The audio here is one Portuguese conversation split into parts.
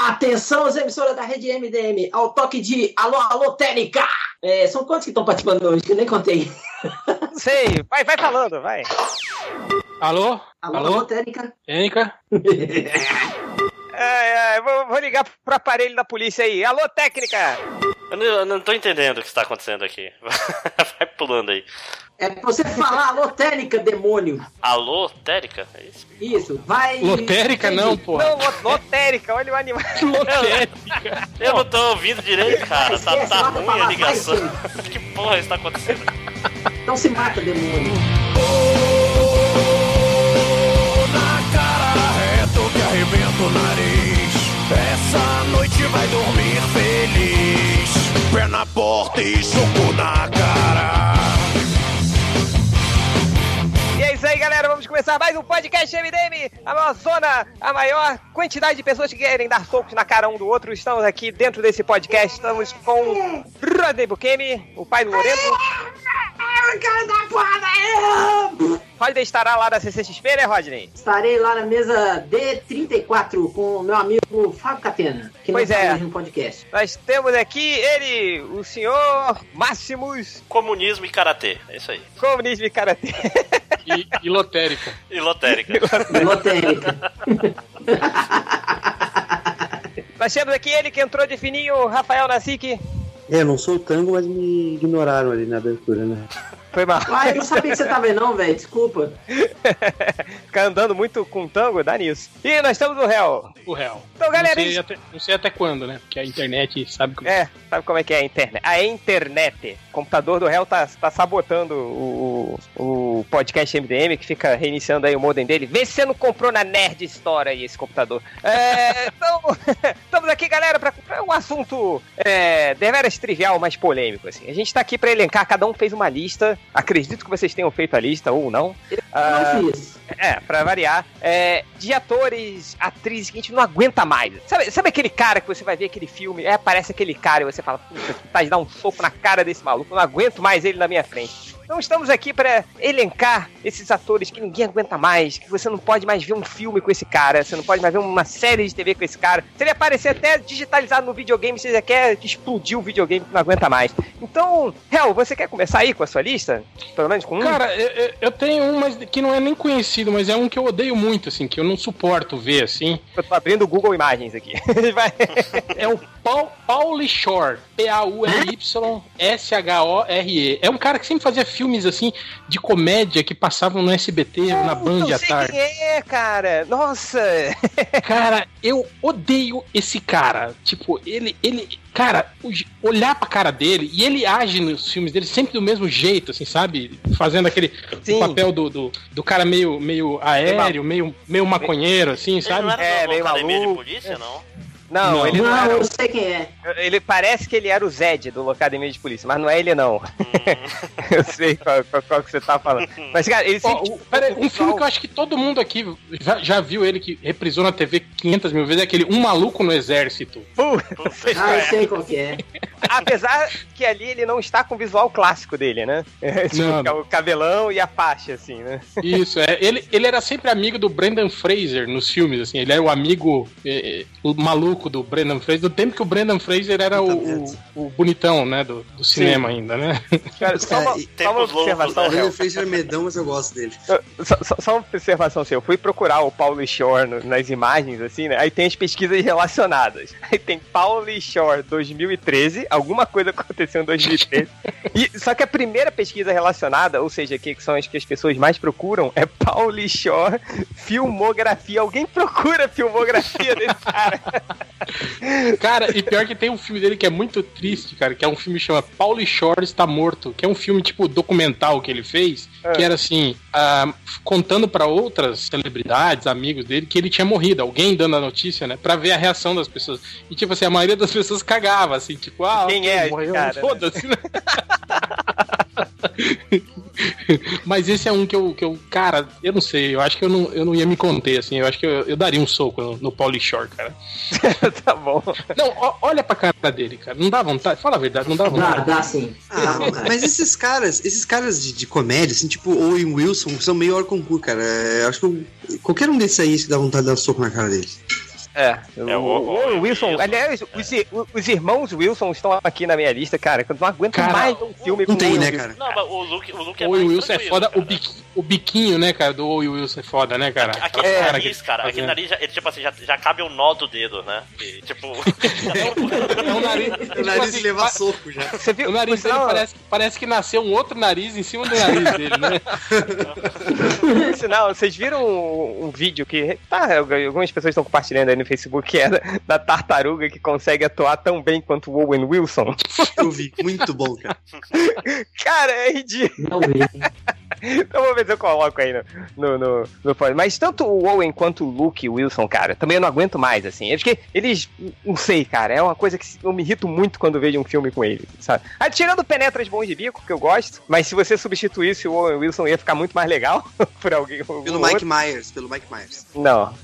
Atenção, as emissoras da rede MDM, ao toque de alô, alô, Técnica! São quantos que estão participando hoje? Que eu nem contei. Não sei, vai falando, vai. Alô? Alô, Técnica? Técnica? Vou ligar pro aparelho da polícia aí. Alô, técnica! Eu não tô entendendo o que está acontecendo aqui. Vai pulando aí. É pra você falar alô, Técnica, demônio. Alô, Térica? É isso? Isso, vai... Lotérica não, pô. Não, lotérica, olha o animal. Lotérica. Eu não tô ouvindo direito, cara. Tá ruim a ligação. Vai, que porra está acontecendo? Então se mata, demônio. Na cara reto que arrebenta o nariz. Essa noite vai dormir feliz. Pé na porta e soco na cara. E é isso aí, galera. Vamos começar mais um podcast MDM. A maior zona, a maior quantidade de pessoas que querem dar socos na cara um do outro. Estamos aqui dentro desse podcast. Estamos com Rodney Bukemi, o pai do Loreno. Eu quero dar porrada! Rodney estará lá na CCXP, né, Rodney? Estarei lá na mesa D34 com o meu amigo Fábio Catena, que Pois não é. está no podcast. Nós temos aqui ele, o senhor Máximos Comunismo e karatê. É isso aí. Comunismo e Karatê. E lotérica. E lotérica. Lotérica. Nós temos aqui ele que entrou de fininho, Rafael Nassik. Eu não sou o Tango, mas me ignoraram ali na abertura, né? Foi mal. Eu não sabia que você tava aí não, velho, desculpa. Ficar andando muito com tango, dá nisso. E nós temos o réu. O réu. Então, galera, Não sei até quando, né? Porque a internet sabe como sabe como é que é a internet? A internet. O computador do réu tá sabotando o podcast MDM, que fica reiniciando aí o modem dele. Vê se você não comprou na Nerd Store aí esse computador. Então, estamos aqui, galera, para um assunto deveras trivial, mas polêmico, assim. A gente tá aqui para elencar, cada um fez uma lista. Acredito que vocês tenham feito a lista ou não. Não fiz. Pra variar. De atores, atrizes que a gente não aguenta mais. Sabe aquele cara que você vai ver aquele filme, aparece aquele cara e você fala, puta, que tá de dar um soco na cara desse maluco, eu não aguento mais ele na minha frente. Então estamos aqui para elencar esses atores que ninguém aguenta mais, que você não pode mais ver um filme com esse cara, você não pode mais ver uma série de TV com esse cara. Se ele aparecer até digitalizado no videogame, você já quer explodir o videogame que não aguenta mais. Então, Hel, você quer começar aí com a sua lista? Pelo menos com um? Cara, eu tenho um, mas que não é nem conhecido, mas é um que eu odeio muito, assim, que eu não suporto ver, assim. Eu tô abrindo o Google Imagens aqui. É o Pauly Shore. P-A-U-L-Y-S-H-O-R-E. É um cara que sempre fazia filmes, assim, de comédia que passavam no SBT, na Band à tarde. Quem é, cara? Nossa! Cara, eu odeio esse cara. Tipo, ele cara, olhar pra cara dele, e ele age nos filmes dele sempre do mesmo jeito, assim, sabe? Fazendo aquele papel do cara meio aéreo, meio maconheiro, assim, sabe? Ele não era meio academia de maluco. polícia, não? Não, ele não era. Eu sei quem é. Ele parece que ele era o Zed do Academia de Polícia, mas não é ele, não. Eu sei qual que você tá falando. Mas, cara, ele sempre... Um filme que eu acho que todo mundo aqui já viu ele, que reprisou na TV 500 mil vezes, é aquele Um Maluco no Exército. Eu sei qual que é. Apesar que ali ele não está com o visual clássico dele, né? Tipo, o cabelão e a faixa, assim, né? Isso, ele era sempre amigo do Brendan Fraser nos filmes, assim. Ele era o amigo o maluco do Brendan Fraser, do tempo que o Brendan Fraser era o bonitão, né, do cinema ainda, né? Cara, só uma observação. O Brendan Fraser é medão, mas eu gosto dele. Só uma observação, assim, eu fui procurar o Pauly Shore nas imagens, assim, né? Aí tem as pesquisas relacionadas. Aí tem Pauly Shore 2013, alguma coisa aconteceu em 2013. Só que a primeira pesquisa relacionada, ou seja, que são as que as pessoas mais procuram, é Pauly Shore filmografia. Alguém procura a filmografia desse cara? Cara, e pior que tem um filme dele que é muito triste, cara, que é um filme que chama Pauly Shore Está Morto, que é um filme tipo documental que ele fez, que era assim, contando pra outras celebridades, amigos dele, que ele tinha morrido, alguém dando a notícia, né, pra ver a reação das pessoas. E tipo assim, a maioria das pessoas cagava, assim, tipo, quem é morreu, cara, foda-se, né? Mas esse é um que eu, cara, eu não sei, eu acho que eu não ia me conter, assim, eu acho que eu daria um soco no Pauly Shore, cara. Tá bom. Não, olha pra cara dele, cara, não dá vontade, fala a verdade, não dá vontade. Dá sim. Mas esses caras de comédia, assim, tipo Owen Wilson, são meio hors concurso, cara. Eu acho que qualquer um desses aí dá vontade de dar um soco na cara deles. O Wilson. Aliás, os irmãos Wilson estão aqui na minha lista, cara. Eu não aguento mais um filme não tem, né, cara? Não, mas o Luke é o mais Wilson é foda. cara. O biquinho, né, cara, do Owen Wilson é foda, né, cara? Aquele nariz, ele, tipo assim, já cabe um nó do dedo, né? E, tipo... É um nariz... O nariz leva soco já. Você viu? O nariz dele parece que nasceu um outro nariz em cima do nariz dele, né? Por sinal, vocês viram um vídeo que algumas pessoas estão compartilhando aí no Facebook, que é da tartaruga que consegue atuar tão bem quanto o Owen Wilson? Eu vi, muito bom, cara. Cara, é ridículo. Não vi. Então vou ver se eu coloco aí no pod. Mas tanto o Owen quanto o Luke Wilson, cara, também eu não aguento mais, assim. É porque eles, não sei, cara, é uma coisa que eu me irrito muito quando vejo um filme com ele, sabe? Tirando Penetras Bons de Bico, que eu gosto, mas se você substituísse o Owen Wilson ia ficar muito mais legal por alguém. Pelo Mike Myers. Não,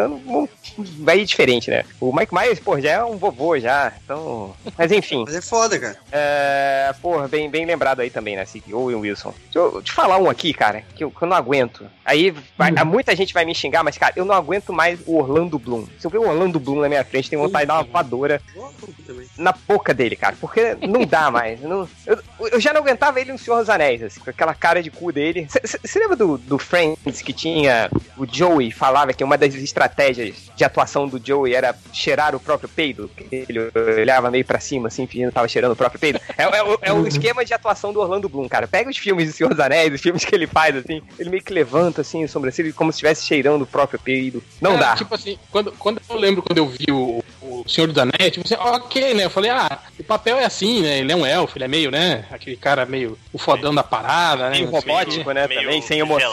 vai ir diferente, né? O Mike Myers, pô, já é um vovô já, então... Mas enfim. Mas é foda, cara. Porra, bem lembrado aí também, né? Owen Wilson. Deixa eu te falar um aqui, cara, que eu não aguento. Aí muita gente vai me xingar, mas, cara, eu não aguento mais o Orlando Bloom. Se eu ver o Orlando Bloom na minha frente, tem vontade de dar uma voadora na boca dele, cara, porque não dá mais. Eu já não aguentava ele no Senhor dos Anéis, assim, com aquela cara de cu dele. Você lembra do Friends que tinha o Joey falava que uma das estratégias de atuação do Joey era cheirar o próprio peido? Ele olhava meio pra cima, assim, fingindo que tava cheirando o próprio peido. É o esquema de atuação do Orlando Bloom, cara. Pega os filmes do Senhor dos Anéis, os filmes que ele faz, assim, ele meio que levanta, assim, sobrancelha, como se estivesse cheirando o próprio peido. Não dá. Tipo assim, quando eu lembro quando eu vi o Senhor dos Anéis, tipo assim, ok, né? Eu falei, o papel é assim, né? Ele é um elfo, ele é meio, né? Aquele cara meio o fodão da parada, né? Meio robótico, né? Também, sem emoções.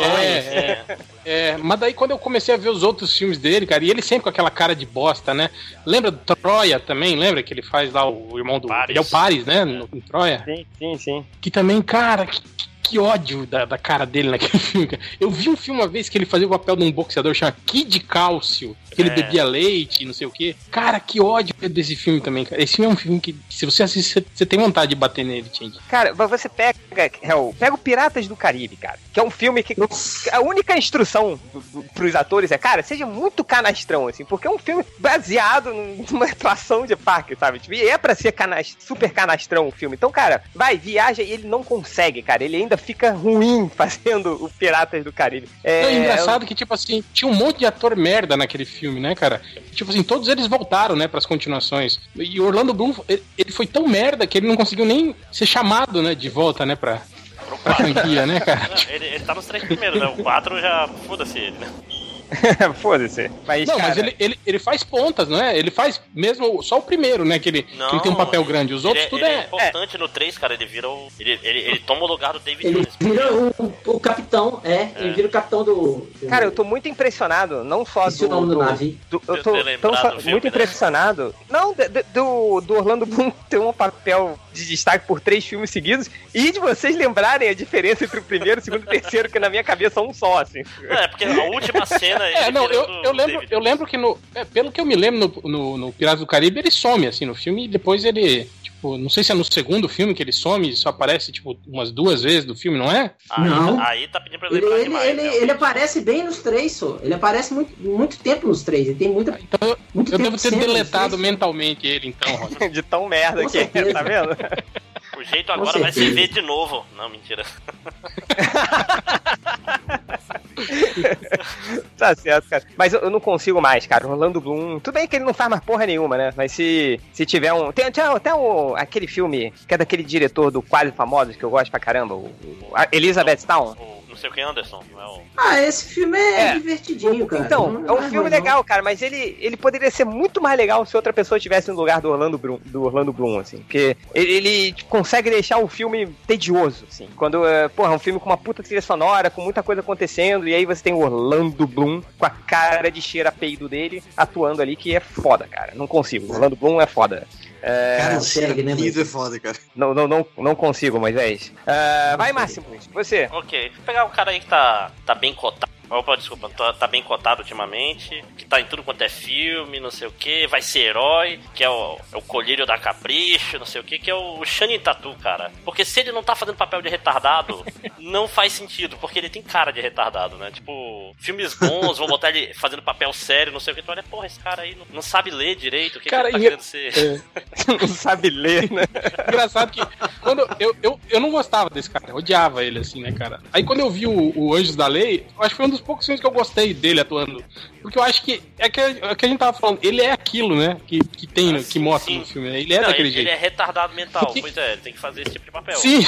Mas daí quando eu comecei a ver os outros filmes dele, cara, e ele sempre com aquela cara de bosta, né? Lembra do Troia também? Lembra que ele faz lá o irmão do... Paris. Ele é o Paris, né? Em Troia. Sim. Que também, cara... Que ódio da cara dele naquele filme, cara. Eu vi um filme uma vez que ele fazia o papel de um boxeador chamado Kid Cálcio, que ele bebia leite e não sei o quê. Cara, que ódio desse filme também, cara. Esse filme é um filme que, se você assistir, você tem vontade de bater nele, Tindy. Cara, você pega o Piratas do Caribe, cara, que é um filme que a única instrução pros atores é, cara, seja muito canastrão, assim, porque é um filme baseado numa atuação de parque, sabe? Tipo, e é pra ser super canastrão o filme. Então, cara, viaja e ele não consegue, cara. Ele ainda fica ruim fazendo o Piratas do Caribe. É engraçado que, tipo assim, tinha um monte de ator merda naquele filme, né, cara? Tipo assim, todos eles voltaram, né, pras continuações. E Orlando Bloom, ele foi tão merda que ele não conseguiu nem ser chamado, né, de volta, né, pra franquia, né, cara? Ele tá nos 3 primeiros, né? O 4 já... Foda-se ele, né? Foda-se. Mas ele faz pontas, não é? Ele faz mesmo só o primeiro, né? Que ele tem um papel grande. Os outros tudo é importante no 3, cara. Ele vira o... Ele toma o lugar do David Jones. Ele vira o capitão, ele vira o capitão do... Cara, eu tô muito impressionado, não só Esse é o nome do navio. Eu tô muito impressionado. Não, do Orlando Bloom ter um papel de destaque por 3 filmes seguidos e de vocês lembrarem a diferença entre o primeiro, o segundo e o terceiro, que na minha cabeça é um só, assim. Porque a última cena... Eu lembro que pelo que eu me lembro no Piratas do Caribe, ele some, assim, no filme, e depois ele... Tipo, não sei se é no segundo filme que ele some, só aparece, tipo, umas 2 vezes do filme, não é? Não. Aí tá pedindo pra lembrar demais. Ele aparece bem nos 3, só. Ele aparece muito tempo nos 3. Ele tem muita... Então, eu devo ter deletado mentalmente ele, então, Rosa. De tão merda que é, tá vendo? O jeito agora vai se ver de novo. Não, mentira. Tá certo, cara. Mas eu não consigo mais, cara. Orlando Bloom... Tudo bem que ele não faz mais porra nenhuma, né? Mas se tiver um... Tem até aquele filme que é daquele diretor do Quase Famosos, que eu gosto pra caramba. Elizabeth Town. Não sei o que, Anderson. Não é o... Esse filme é divertidinho, cara. Então, é um filme legal, cara, mas ele poderia ser muito mais legal se outra pessoa estivesse no lugar do Orlando Bloom, assim. Porque ele consegue deixar o filme tedioso, assim. Quando, é um filme com uma puta trilha sonora, com muita coisa acontecendo, e aí você tem o Orlando Bloom com a cara de cheira-peido dele atuando ali, que é foda, cara. Não consigo. Orlando Bloom é foda. Cara, isso é foda, cara. Não consigo, Moisés. Vai, Máximo, você. Ok, vou pegar um cara aí que tá bem cotado Opa, desculpa, tá bem cotado ultimamente, que tá em tudo quanto é filme, não sei o que, vai ser herói, que é o colírio da Capricho, não sei o que é o Channing Tatum, cara. Porque se ele não tá fazendo papel de retardado, não faz sentido, porque ele tem cara de retardado, né? Tipo, filmes bons, vão botar ele fazendo papel sério, não sei o que, tu olha, porra, esse cara aí não sabe ler direito, o que cara, ele tá querendo ser? Não sabe ler, né? Engraçado que quando eu não gostava desse cara, eu odiava ele, assim, né, cara? Aí quando eu vi o Anjos da Lei, eu acho que foi um dos poucos filmes que eu gostei dele atuando. Porque eu acho que é que a gente tava falando, ele é aquilo, né? Que tem, que mostra no filme, né? Ele é daquele jeito. Ele é retardado mental, pois é, ele tem que fazer esse tipo de papel. Sim.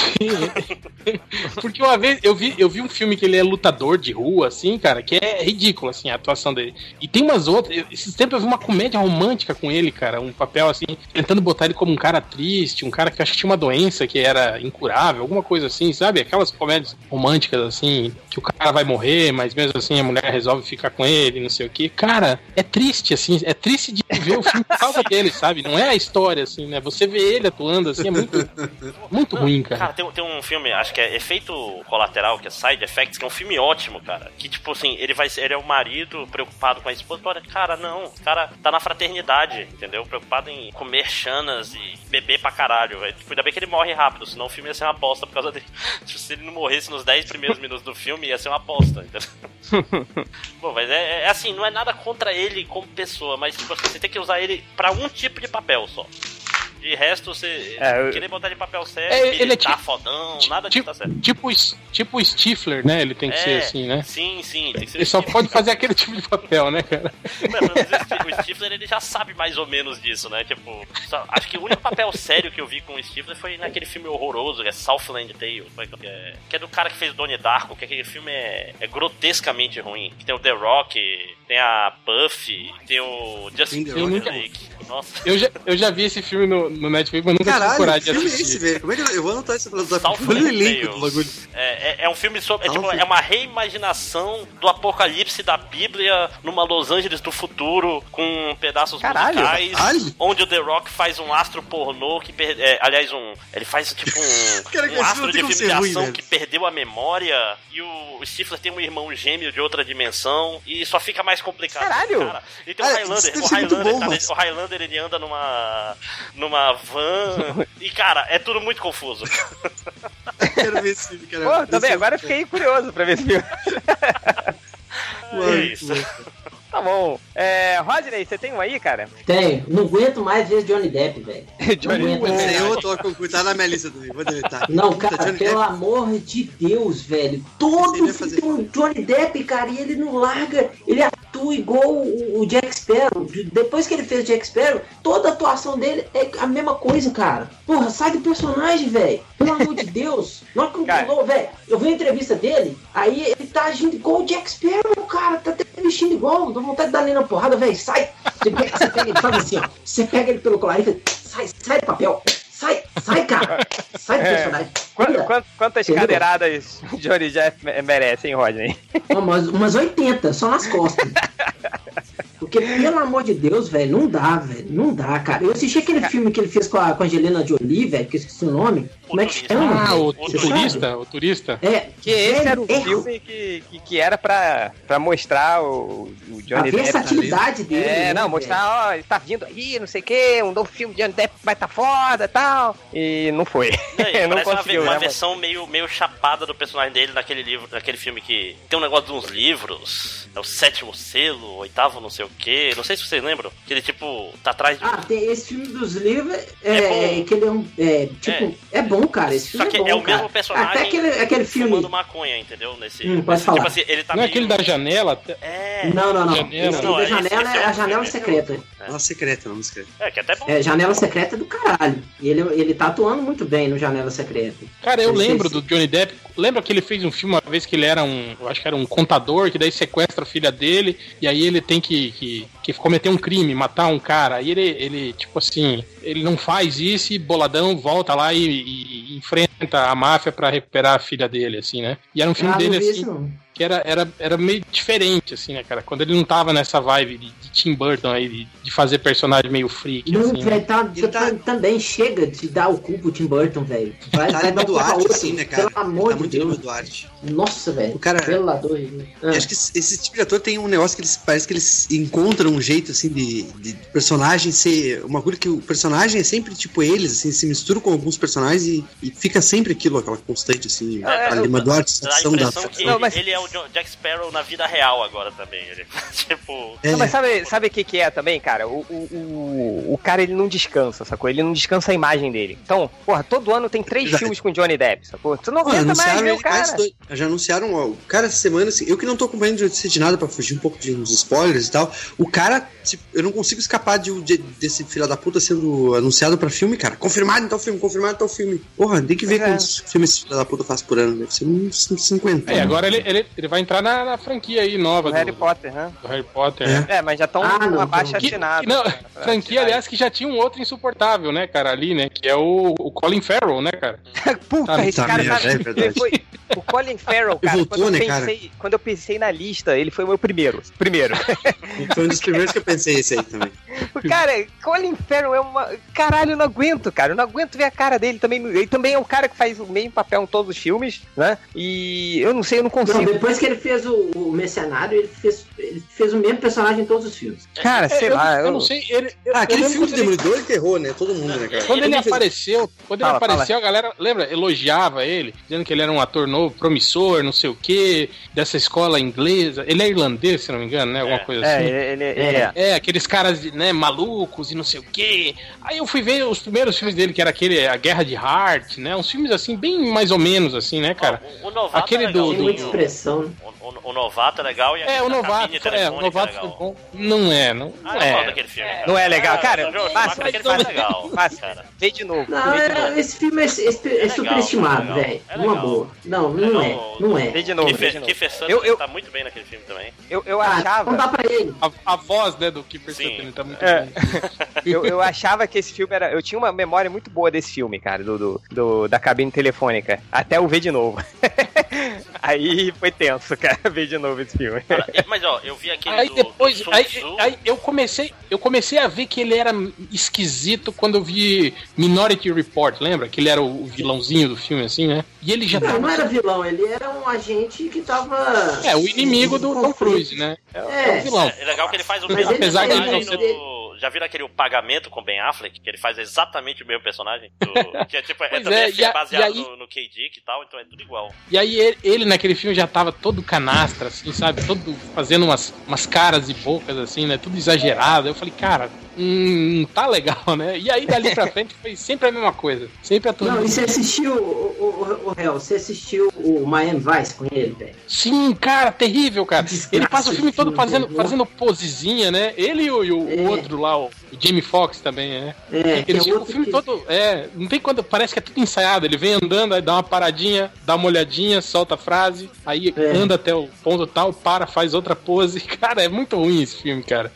Porque uma vez eu vi um filme que ele é lutador de rua, assim, cara, que é ridículo, assim, a atuação dele. E tem umas outras, esses tempos eu vi uma comédia romântica com ele, cara, um papel assim, tentando botar ele como um cara triste, um cara que acho que tinha uma doença que era incurável, alguma coisa assim, sabe? Aquelas comédias românticas, assim, que o cara vai morrer, mas mesmo assim a mulher resolve ficar com ele, não sei o que. Cara, é triste, assim, é triste de ver o filme por causa dele, sabe? Não é a história, assim, né? Você vê ele atuando, assim, é muito ruim, cara. Cara, tem um filme, acho que é Efeito Colateral, que é Side Effects, que é um filme ótimo, cara. Que, tipo assim, ele é o marido preocupado com a esposa. Olha, cara, não. O cara tá na fraternidade, entendeu? Preocupado em comer chanas e beber pra caralho, velho. Tipo, ainda bem que ele morre rápido, senão o filme ia ser uma bosta por causa dele. Tipo, se ele não morresse nos 10 primeiros minutos do filme, ia ser uma bosta, entendeu? Bom, mas é assim, não é nada contra ele como pessoa, mas tipo, você tem que usar ele pra um tipo de papel só. De resto, você querer botar de papel sério, ele tá fodão, nada disso tá certo. Tipo o Stifler, né? Ele tem que ser assim, né? Sim, tem que ser. Ele só pode fazer aquele tipo de papel, né, cara? Mas o Stifler, ele já sabe mais ou menos disso, né? Tipo, acho que o único papel sério que eu vi com o Stifler foi naquele filme horroroso, que é Southland Tale, que é do cara que fez Donnie Darko, que aquele filme é grotescamente ruim. Que tem o The Rock, tem a Buffy, tem o Justin Timberlake. Nossa. Eu já vi esse filme no Netflix, mas nunca tive coragem de assistir. É esse, velho? Como é que eu vou anotar isso pra Southland Tale. É um filme sobre... É uma reimaginação do apocalipse da Bíblia numa Los Angeles do futuro, com pedaços musicais, onde o The Rock faz um astro pornô que aliás, ele faz tipo um astro de filme de ação que perdeu a memória, e o Stifler tem um irmão gêmeo de outra dimensão, e só fica mais complicado. Caralho! Cara. E tem o Highlander, ele anda numa van, e cara, é tudo muito confuso. Quero ver esse filme, cara. Pô, também, agora eu fiquei curioso pra ver esse filme. É isso. Tá bom. Rodney, você tem um aí, cara? Tenho. Não aguento mais ver Johnny Depp, velho. Eu tô com tá na minha lista também, vou deletar. Não, cara, pelo amor de Deus, velho. Todo filme tem um Johnny Depp, cara, e ele não larga. Ele atua igual o Jack Sparrow. Depois que ele fez o Jack Sparrow, toda a atuação dele é a mesma coisa, cara. Porra, sai do personagem, velho. Pelo amor de Deus. Na hora que pulou, velho, eu vi a entrevista dele, aí ele tá agindo igual o Jack Sparrow, cara. Tá até vestindo igual. Dá vontade de dar ali na porrada, velho. Sai. Você pega ele, faz assim, ó. Você pega ele pelo colar e fala, sai do papel. Sai, cara. Sai do personagem. Quantas cadeiradas Johnny Depp merece, hein, Rodney? Umas 80, só nas costas. Porque, pelo amor de Deus, velho, não dá, cara. Eu assisti aquele filme que ele fez com a Angelina Jolie, velho, que eu esqueci o nome. Como é que chama? O Turista. Que esse era o filme que era pra mostrar o Johnny Depp. A versatilidade dele. Não, mostrar, ó, ele tá vindo aí, não sei o que, um novo filme de Johnny Depp vai tá foda e tal. E não foi. Não conseguiu, uma versão meio chapada do personagem dele naquele filme que tem um negócio de uns livros. É o 7º selo, 8º não sei o que. Não sei se vocês lembram. Que ele, tipo, tá atrás de... tem esse filme dos livros, que ele é bom, cara. Esse filme só que é bom, é o mesmo personagem. Até aquele filme... fumando maconha, entendeu? Pode falar. Tipo assim, ele tá não é aquele da janela? Não. Janela. Esse da janela é a janela secreta. Não secreta. Que até é bom. Janela secreta do caralho. E ele tá atuando muito bem no Janela Secreta. Cara, eu lembro do Johnny Depp. Lembra que ele fez um filme uma vez que ele era eu acho que era um contador, que daí sequestra a filha dele, e aí ele tem que cometer um crime, matar um cara. Aí ele tipo assim, ele não faz isso e boladão volta lá e enfrenta enfrenta a máfia pra recuperar a filha dele, assim, né? E era um filme dele, assim... Isso, que era meio diferente, assim, né, cara? Quando ele não tava nessa vibe de Tim Burton aí, de fazer personagem meio freak, não, assim. velho, também chega de dar o cu pro Tim Burton, velho. Vai dar do arte, assim, né, cara? Pelo amor de muito Deus. do arte. Nossa, velho. O cara... Pelador. Acho que esse tipo de ator tem um negócio que parece que eles encontram um jeito, assim, de personagem ser... Uma coisa que o personagem é sempre, tipo, eles, assim, se mistura com alguns personagens e fica sempre aquela constante, assim, a Lima Duarte, sensação da... Ele é o Jack Sparrow na vida real agora também. Ele, tipo... Não, mas sabe o que é também, cara? O cara, ele não descansa, sacou? Ele não descansa a imagem dele. Então, porra, todo ano tem 3 filmes com Johnny Depp, sacou? Tu não aguenta mais ver o cara. Já anunciaram, ó, o cara essa semana, assim, eu que não tô acompanhando de nada pra fugir um pouco de uns spoilers e tal, o cara, tipo, eu não consigo escapar desse filho da puta sendo anunciado pra filme, cara. Confirmado em tal filme. Porra, tem que ver quantos filmes esse filho da puta faz por ano. Deve ser uns 50. Agora ele vai entrar na franquia aí nova. Do Harry Potter, né? Do Harry Potter, mas já estão abaixo assinado. Franquia, aliás, que já tinha um outro insuportável, né, cara, ali, né? Que é o Colin Farrell, né, cara? Puta, esse cara tá... Ele foi... O Colin Farrell, cara, voltou, quando eu pensei na lista, ele foi o meu primeiro. Foi um dos primeiros que eu pensei esse aí também. Cara, Colin Farrell é uma... Caralho, eu não aguento, cara. Eu não aguento ver a cara dele também. Ele também é um cara que faz o mesmo papel em todos os filmes, né? E eu não sei, eu não consigo. Não, depois que ele fez o Mercenário, ele fez o mesmo personagem em todos os filmes. Cara, sei lá. Eu não sei. Aquele filme do Demolidor, ele errou, né? Todo mundo, né, cara? Quando ele apareceu, a galera, lembra? Elogiava ele, dizendo que ele era um ator novo, promissor, não sei o quê, dessa escola inglesa. Ele é irlandês, se não me engano, né? Alguma coisa assim. Ele é. Aqueles caras, né, malucos e não sei o quê. Aí eu fui ver os primeiros filmes dele, que era aquele A Guerra de Heart, né? Uns filmes assim, bem mais ou menos, assim, né, cara? O Novato aquele é legal. Tem muita expressão, né? O Novato é legal e o Novato foi bom. Não é. Eu gosto daquele filme, cara. Não é legal, cara. Legal. Vê de novo. Não, esse filme é superestimado, velho. Uma boa. Não é. Vê de novo. Kiefer Sutherland tá muito bem naquele filme também. Eu achava... Não dá pra ele. A voz, né, do Kiefer Sutherland tá muito bem. Eu achava que esse filme era... Eu tinha uma memória muito boa desse filme, cara, da cabine telefônica. Até o ver de novo. Aí foi tenso, cara, ver de novo esse filme. Mas, ó, eu vi aquele aí depois, aí eu comecei a ver que ele era esquisito quando eu vi Minority Report, lembra? Que ele era o vilãozinho do filme, assim, né? E ele já não era vilão, ele era um agente que tava... o inimigo do Tom Cruise, né? É o vilão. É legal que ele faz o mesmo apesar de personagem do... Já viram aquele Pagamento com Ben Affleck? Que ele faz exatamente o mesmo personagem? Que é tipo, também baseado no K-Dick e tal, então é tudo igual. E aí ele naquele filme já tava todo canastra, assim, sabe? Todo fazendo umas caras e bocas, assim, né? Tudo exagerado. Eu falei, cara, tá legal, né? E aí dali pra frente foi sempre a mesma coisa. Sempre a turma. Não, e você assistiu o você assistiu o Miami Vice com ele, velho? Sim, cara, terrível, cara. Ele passa o filme todo fazendo posezinha, né? Ele e o outro lá, o Jamie Foxx também, né? Eles ficam o filme todo. Não tem quando. Parece que é tudo ensaiado. Ele vem andando, aí dá uma paradinha, dá uma olhadinha, solta a frase, aí anda até o ponto tal, faz outra pose. Cara, é muito ruim esse filme, cara.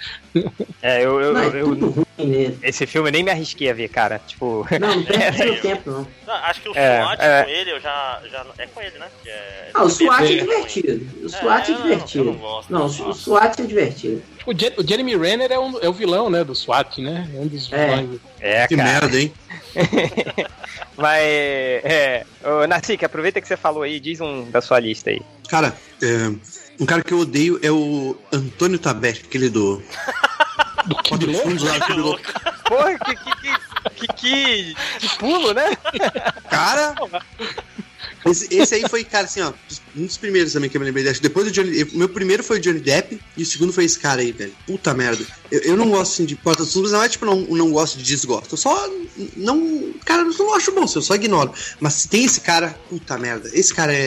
Esse filme eu nem me arrisquei a ver, cara. Tipo. Não perde o tempo, não. Acho que o SWAT com ele, eu já. É com ele, né? O SWAT é divertido. O SWAT é divertido. Eu não gosto. Não, o SWAT é divertido. O Jeremy Renner é o vilão, né? Do SWAT, né? É um dos vilões. Que cara. merda, hein? Mas, Nacique, aproveita que você falou aí, diz um da sua lista aí. Cara, um cara que eu odeio é o Antônio Tabet, aquele do que louco? Porra, que pulo, né? Cara, esse aí foi, cara, assim, ó, um dos primeiros também que eu me lembrei. Depois do Johnny, meu primeiro foi o Johnny Depp e o segundo foi esse cara aí, velho. Puta merda. Eu não gosto, assim, de Porta dos Fundos, não é tipo, não gosto de desgosto. Eu só não... Cara, eu não acho bom, eu só ignoro. Mas se tem esse cara, puta merda. Esse cara é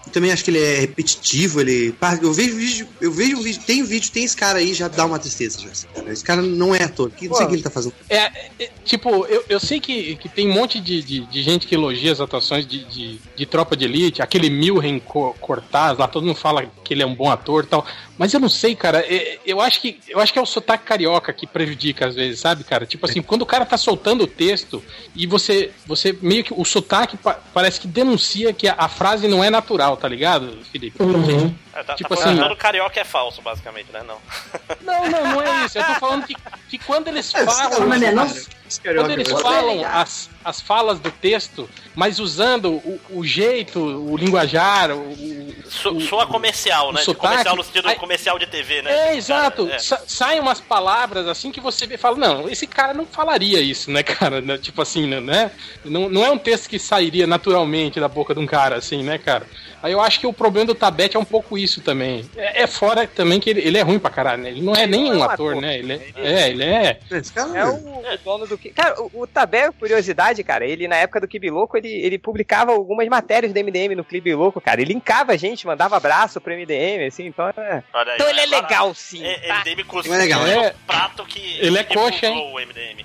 Eu também acho que ele é repetitivo, eu vejo vídeo, tem esse cara aí, já dá uma tristeza. Já. Esse cara não é ator, não sei o que ele tá fazendo. Tipo, eu sei que tem um monte de gente que elogia as atuações de Tropa de Elite, aquele Milren Cortaz, lá todo mundo fala que ele é um bom ator e tal, mas eu não sei, cara, eu acho que é o sotaque carioca que prejudica às vezes, sabe, cara? Tipo assim, quando o cara tá soltando o texto e você meio que, o sotaque parece que denuncia que a frase não é natural, tá ligado, Felipe? Uhum. Tipo assim, todo carioca é falso, basicamente, né? Não é isso. Eu tô falando que quando eles falam... Quando eles falam as falas do texto, mas usando o jeito, o linguajar, soa comercial, né? Sotaque, comercial no sentido comercial de TV, né? Exato. Saem umas palavras assim que você vê e fala, não, esse cara não falaria isso, né, cara? Tipo assim, né? Não é um texto que sairia naturalmente da boca de um cara, assim, né, cara? Aí eu acho que o problema do Tabet é um pouco isso também. Fora também que ele é ruim pra caralho, né? Ele não é nem um ator, né? Ele é... Esse cara é o dono do... Cara, o Tabet, curiosidade, cara, ele na época do Kibi Louco, ele publicava algumas matérias do MDM no Kibi Louco, cara. Ele linkava a gente, mandava abraço pro MDM, assim, então... Aí, então ele é legal, sim. Tá? MDM é legal. É prato que... Ele é coxa, hein? O MDM.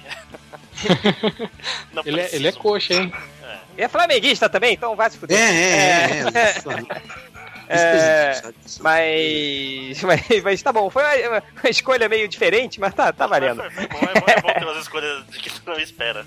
Ele é coxa, hein? E é flamenguista também, então vai se fuder. Mas tá bom, foi uma escolha meio diferente, mas tá valendo. É bom ter umas escolhas de que tu não espera.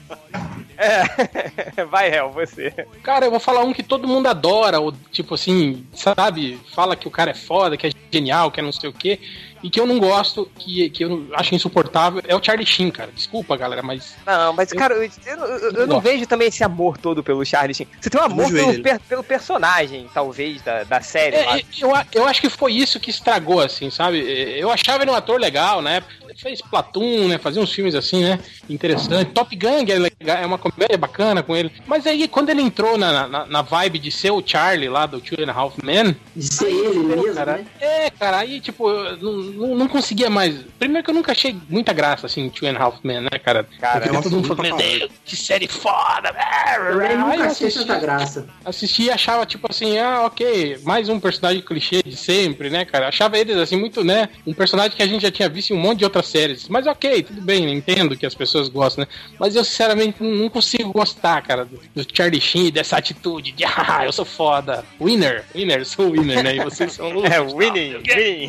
Vai, Hel, você. Cara, eu vou falar um que todo mundo adora, ou tipo assim, sabe, fala que o cara é foda, que é genial, que é não sei o quê, e que eu não gosto, que eu acho insuportável, é o Charlie Sheen, cara. Desculpa, galera, mas... Não, mas, cara, eu não vejo também esse amor todo pelo Charlie Sheen. Você tem um amor pelo personagem, talvez, da série. Eu acho que foi isso que estragou, assim, sabe? Eu achava ele um ator legal, né? Ele fez Platoon, né? Fazia uns filmes assim, né? Interessante. Top Gun é legal, é uma comédia bacana com ele. Mas aí, quando ele entrou na vibe de ser o Charlie lá do Two and a Half Men... De ser ele mesmo, cara, né? Cara, aí, tipo, não conseguia mais... Primeiro que eu nunca achei muita graça, assim, Two and a Half Men, né, cara? Todo mundo falando, meu Deus, que série foda, velho! Eu nunca achei tanta graça. Assisti e achava, tipo assim, ok, mais um personagem clichê de sempre, né, cara? Achava eles, assim, muito, né, um personagem que a gente já tinha visto em um monte de outras séries. Mas ok, tudo bem, entendo que as pessoas gostam, né? Mas eu, sinceramente, não consigo gostar, cara, do Charlie Sheen, dessa atitude de, eu sou foda. Winner, sou winner, né? E vocês são loucos. Winning.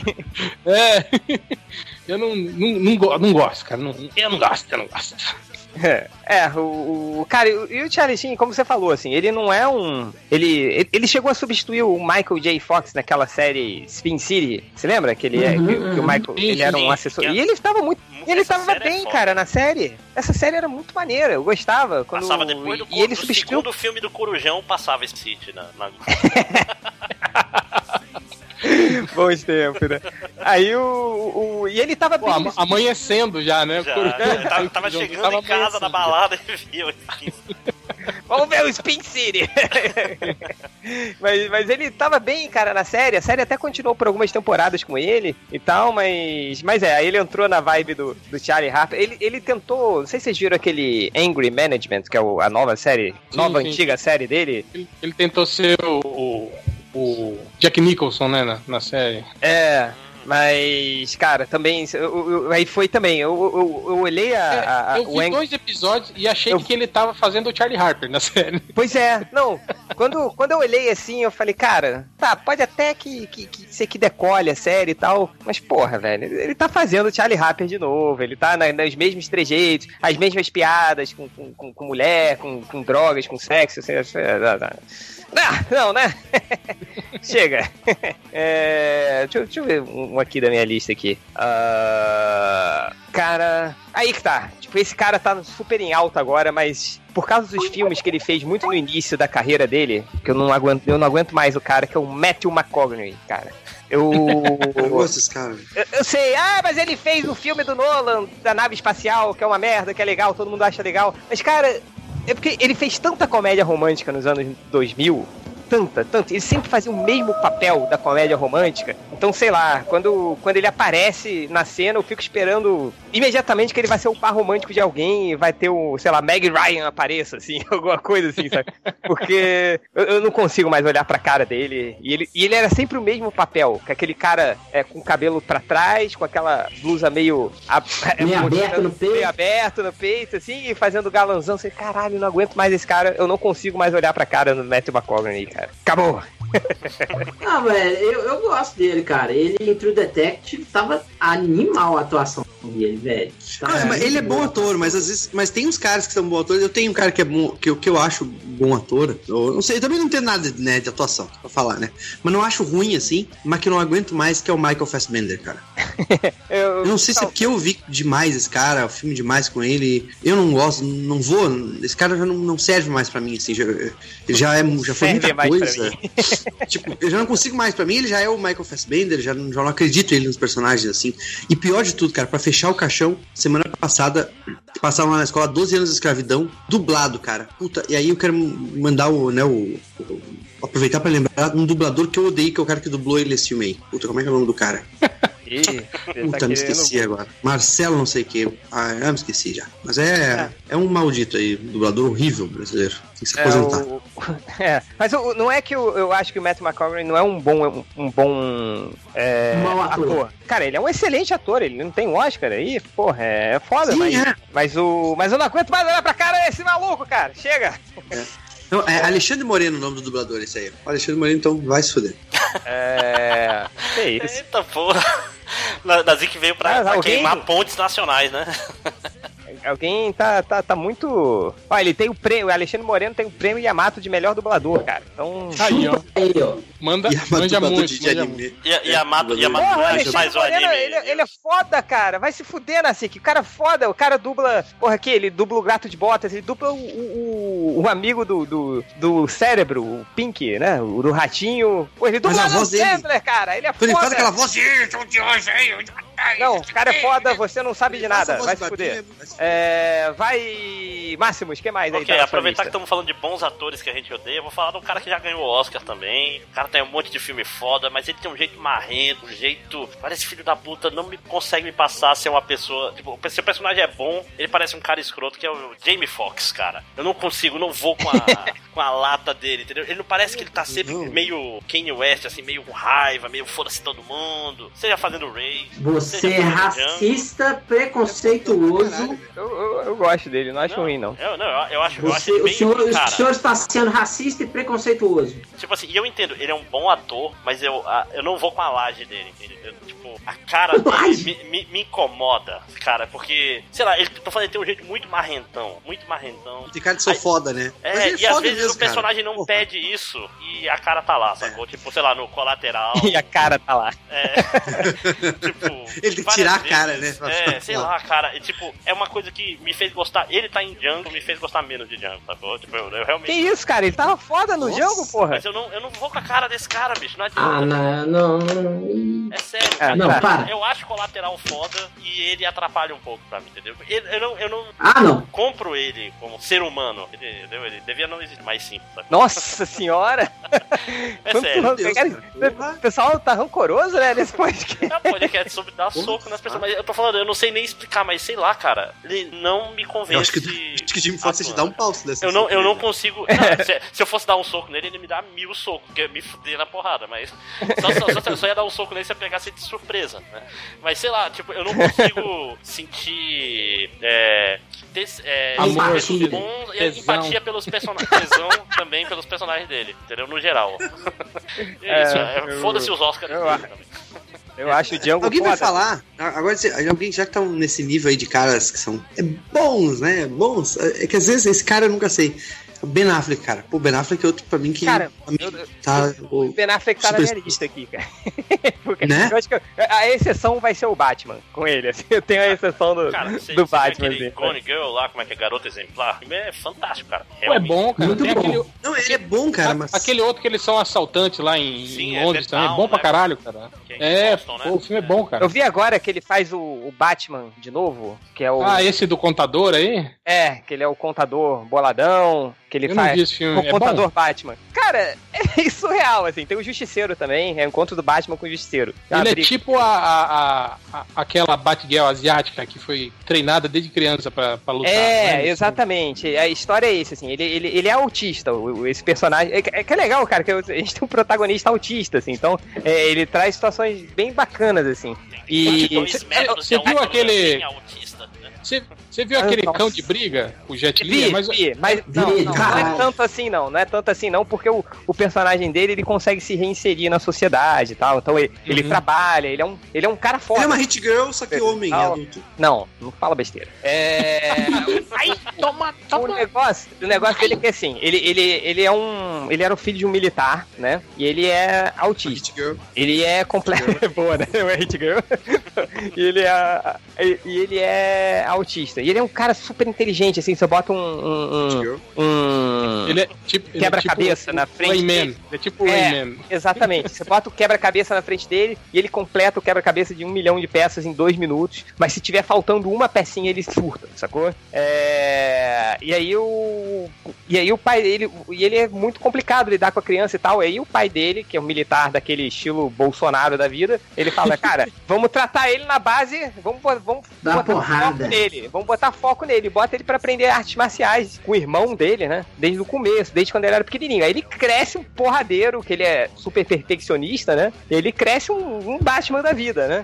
Eu não gosto, cara. Eu não gosto. Cara, e o Charlie Sheen, como você falou, assim, ele não é um... Ele chegou a substituir o Michael J. Fox naquela série Spin City. Você lembra? Que ele que o Michael, ele era um assessor. E ele estava muito... Ele estava bem, cara, na série. Essa série era muito maneira, eu gostava. Passava depois do segundo filme do Corujão, passava esse City na... Bons tempos, né? Aí e ele tava bem... amanhecendo já, né? Já, tava chegando em casa na balada e viu assim. Vamos ver o Spin City. mas ele tava bem, cara, na série. A série até continuou por algumas temporadas com ele e tal, mas aí ele entrou na vibe do Charlie Harper. Ele tentou, não sei se vocês viram aquele Angry Management, que é a nova série, antiga série dele. Ele tentou ser o Jack Nicholson, né, na série. Mas, cara, também aí foi também, eu olhei eu vi 2 episódios e achei que ele tava fazendo o Charlie Harper na série. Pois é, não, quando eu olhei assim, eu falei, cara, tá, pode até que ser que decole a série e tal, mas porra, velho, ele tá fazendo o Charlie Harper de novo, ele tá nos mesmos trejeitos, as mesmas piadas com mulher, com drogas, com sexo, assim, não, né? Chega. Deixa eu ver um aqui da minha lista aqui. Cara... Aí que tá. Tipo, esse cara tá super em alta agora, mas por causa dos filmes que ele fez muito no início da carreira dele, que eu não aguento mais o cara, que é o Matthew McConaughey, cara. Eu gosto desse cara. Eu sei, mas ele fez o filme do Nolan, da nave espacial, que é uma merda, que é legal, todo mundo acha legal. Mas, cara... É porque ele fez tanta comédia romântica nos anos 2000 tanta. Ele sempre fazia o mesmo papel da comédia romântica. Então, sei lá, quando ele aparece na cena, eu fico esperando imediatamente que ele vai ser o par romântico de alguém e vai ter o, sei lá, Meg Ryan apareça, assim, alguma coisa assim, sabe? Porque eu não consigo mais olhar pra cara dele. E ele era sempre o mesmo papel, com aquele cara com o cabelo pra trás, com aquela blusa meio aberto no peito, assim, e fazendo galanzão. Você, caralho, não aguento mais esse cara, eu não consigo mais olhar pra cara do Matthew McConaughey, cara. Acabou! Ah, velho, eu gosto dele, cara. Ele em True Detective tava animal a atuação dele, velho. Mas ele é bom ator, mas às vezes. Mas tem uns caras que são bons atores. Eu tenho um cara que é bom, que eu acho bom ator. Eu não sei, eu também não entendo nada, né, de atuação, pra falar, né? Mas não acho ruim assim, mas que eu não aguento mais, que é o Michael Fassbender, cara. Eu não sei se é porque eu vi demais esse cara, o filme demais com ele. Eu não gosto, não vou. Esse cara já não serve mais pra mim, assim. Já foi muita coisa. Tipo, eu já não consigo mais. Pra mim, ele já é o Michael Fassbender, já não acredito ele nos personagens, assim. E pior de tudo, cara, pra fechar o caixão, semana passada, passaram lá na escola 12 anos de escravidão, dublado, cara. Puta, e aí eu quero mandar aproveitar pra lembrar um dublador que eu odeio, que é o cara que dublou ele nesse filme aí. Puta, como é que é o nome do cara? Puta, me esqueci agora. Marcelo não sei o que. Me esqueci já. Mas é um maldito aí, dublador horrível brasileiro. Tem que se aposentar. Mas não é que eu acho que o Matthew McConaughey não é um bom ator. Cara, ele é um excelente ator, ele não tem um Oscar aí, porra, é foda. Sim, mas eu não aguento mais olhar pra cara desse maluco, cara. Chega! Não, é Alexandre Moreno o nome do dublador, esse aí. O Alexandre Moreno, então, vai se fuder. Que isso? Eita porra. Nazik veio pra queimar pontes nacionais, né? Alguém tá muito... Olha, ele tem o prêmio, o Alexandre Moreno tem o prêmio Yamato de melhor dublador, cara. Então... Aí, ó. Manda muito. Yamato mais o anime. Ele é foda, cara. Vai se fuder, Nazik. O cara é foda. O cara dubla... Porra, ele dubla o Gato de Botas. Ele dubla o amigo do Cérebro, o Pink, né? O do Ratinho. Pô, ele dubla o Sandler, cara. Ele é foda. Ele faz aquela voz de... Não, o cara é foda, você não sabe de nada. Vai se fuder. Vai... Máximos, o que mais aí? Ok, aproveitar que estamos falando de bons atores que a gente odeia, eu vou falar de um cara que já ganhou o Oscar também. O cara tem um monte de filme foda, mas ele tem um jeito marrento, um jeito... Parece filho da puta, não consegue me passar ser uma pessoa... Tipo, se o personagem é bom, ele parece um cara escroto, que é o Jamie Foxx, cara. Eu não consigo, não vou com a lata dele, entendeu? Ele não parece que ele tá sempre meio Kanye West, assim, meio com raiva, meio foda-se todo mundo. Seja fazendo Ray. Você é racista, preconceituoso. Eu gosto dele, não acho ruim, não. Eu acho o senhor está sendo racista e preconceituoso. Tipo assim, e eu entendo, ele é um bom ator, mas eu não vou com a laje dele, entendeu? Tipo, a cara dele me incomoda, cara, porque, sei lá, tô falando que tem um jeito muito marrentão. Tem cara de ser foda, né? E às vezes mesmo, o personagem não pede isso e a cara tá lá, sacou? Tipo, sei lá, no Colateral. E a cara tá lá. Tipo... Ele tem que tirar a cara, né? Sei lá, cara. Tipo, é uma coisa que me fez gostar. Ele tá em Django, me fez gostar menos de Django, sacou? Tipo, eu realmente... Que isso, cara? Ele tava foda no Django, porra. Mas eu não vou com a cara desse cara, bicho. Não adianta. Não. É sério. Não, para. Eu acho Colateral foda e ele atrapalha um pouco pra mim, entendeu? Eu não compro ele como ser humano, entendeu? Ele devia não existir mais sim, sacou? Nossa senhora! É sério. O pessoal tá rancoroso, né, nesse podcast. É um podcast sobre dar soco nas pessoas. Mas eu tô falando, eu não sei nem explicar, mas sei lá, cara. Ele não me convence. Eu acho que Jimmy Fox te dá um pau dessa. Eu não consigo. Não, se eu fosse dar um soco nele, ele me dá 1000 socos, porque me fuder na porrada. Mas só ia dar um soco nele se eu pegasse de surpresa, né? Mas sei lá, tipo, eu não consigo sentir empatia. Empatia pelos personagens. Tesão também pelos personagens dele, entendeu? No geral. Foda-se os Oscars. Eu acho o Django Alguém foda. vai falar, agora alguém já que tá nesse nível aí de caras que são bons, né? Bons. É que às vezes esse cara eu nunca sei. O Ben Affleck, cara. Pô, o Ben Affleck é outro pra mim que... Cara, o Ben Affleck tá na minha lista aqui, cara. Porque né? Eu acho que a exceção vai ser o Batman, com ele. Assim, eu tenho a exceção do Batman. Aquele Gone Girl lá, como é que é? Garota Exemplar. O filme é fantástico, cara. É bom, cara. Muito bom. Não, ele é bom, cara, mas... Aquele outro que eles são assaltantes lá em Londres também. É bom pra caralho, cara. Boston, né? O filme é bom, cara. Eu vi agora que ele faz o Batman de novo, que é o... esse do contador aí? Que ele é o contador boladão. Que ele Eu não faz vi esse filme. o É contador bom? Batman. Cara, é surreal, assim. Tem o Justiceiro também, é o encontro do Batman com o Justiceiro. Ele é tipo aquela Batgirl asiática que foi treinada desde criança pra lutar. É, exatamente. A história é esse, assim. Ele é autista, esse personagem. É que é legal, cara, que a gente tem um protagonista autista, assim. Então, ele traz situações bem bacanas, assim. E você viu aquele... autista, né? Você viu aquele cão de briga, o Jet Li? mas não é tanto assim não é tanto assim não, porque o personagem dele, ele consegue se reinserir na sociedade e tal, então ele trabalha, ele é um cara forte. Ele é uma hit girl, só que homem, adulto. Não fala besteira. Ai, toma. O negócio dele é que assim, ele era o filho de um militar, né, e ele é autista. Ele é completo, boa, né, é hit girl. E ele é autista. E ele é um cara super inteligente, assim, você bota ele é tipo quebra-cabeça na frente Rayman. dele. Ele é tipo Rayman. Exatamente. Você bota o quebra-cabeça na frente dele e ele completa o quebra-cabeça de 1 milhão de peças em 2 minutos, mas se tiver faltando uma pecinha, ele surta, sacou? E aí o pai dele... E ele é muito complicado lidar com a criança e tal. E aí o pai dele, que é um militar daquele estilo Bolsonaro da vida, ele fala, cara, vamos tratar ele na base, vamos Dá botar porrada. foco nele. Vamos botar foco nele. Bota ele pra aprender artes marciais com o irmão dele, né? Desde o começo, desde quando ele era pequenininho. Aí ele cresce um porradeiro, que ele é super perfeccionista, né? Ele cresce um Batman da vida, né?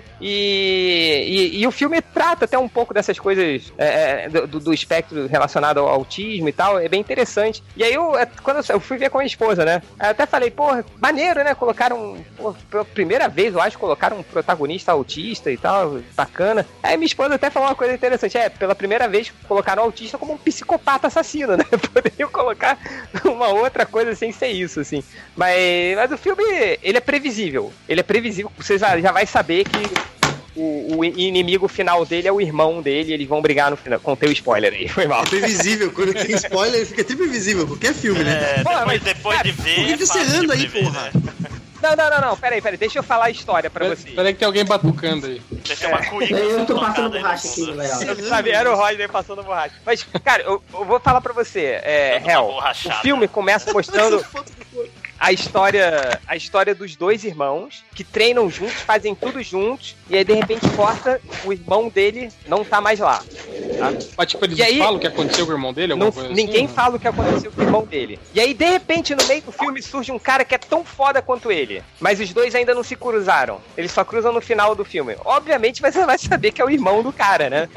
E o filme trata até um pouco dessas coisas do espectro relacionado ao autismo e tal. É bem interessante. E aí, quando eu fui ver com a minha esposa, né? Eu até falei, maneiro, né? Colocaram, pela primeira vez, eu acho, colocaram um protagonista autista e tal, bacana. Aí minha esposa até falou uma coisa interessante, pela primeira vez colocaram o autista como um psicopata assassino, né? Poderiam colocar uma outra coisa sem ser isso, assim. Mas o filme, ele é previsível. Você já vai saber que o inimigo final dele é o irmão dele, eles vão brigar no final. Contei o spoiler aí, foi mal. É previsível, quando tem spoiler fica até previsível, qualquer filme, né? Depois de ver. Por que você anda aí, porra? Não, peraí, deixa eu falar a história pra vocês. Peraí que tem alguém batucando aí. Tem uma cuíca. Eu tô passando borracha aqui, Léo. Era o Rodney passando borracha. Mas, cara, eu vou falar pra você, Hel, o filme começa mostrando a história dos dois irmãos que treinam juntos, fazem tudo juntos, e aí de repente corta, o irmão dele não tá mais lá. Tá? Mas tipo, eles falam o que aconteceu com o irmão dele? Ninguém fala o que aconteceu com o irmão dele. E aí, de repente, no meio do filme surge um cara que é tão foda quanto ele. Mas os dois ainda não se cruzaram. Eles só cruzam no final do filme. Obviamente você vai saber que é o irmão do cara, né?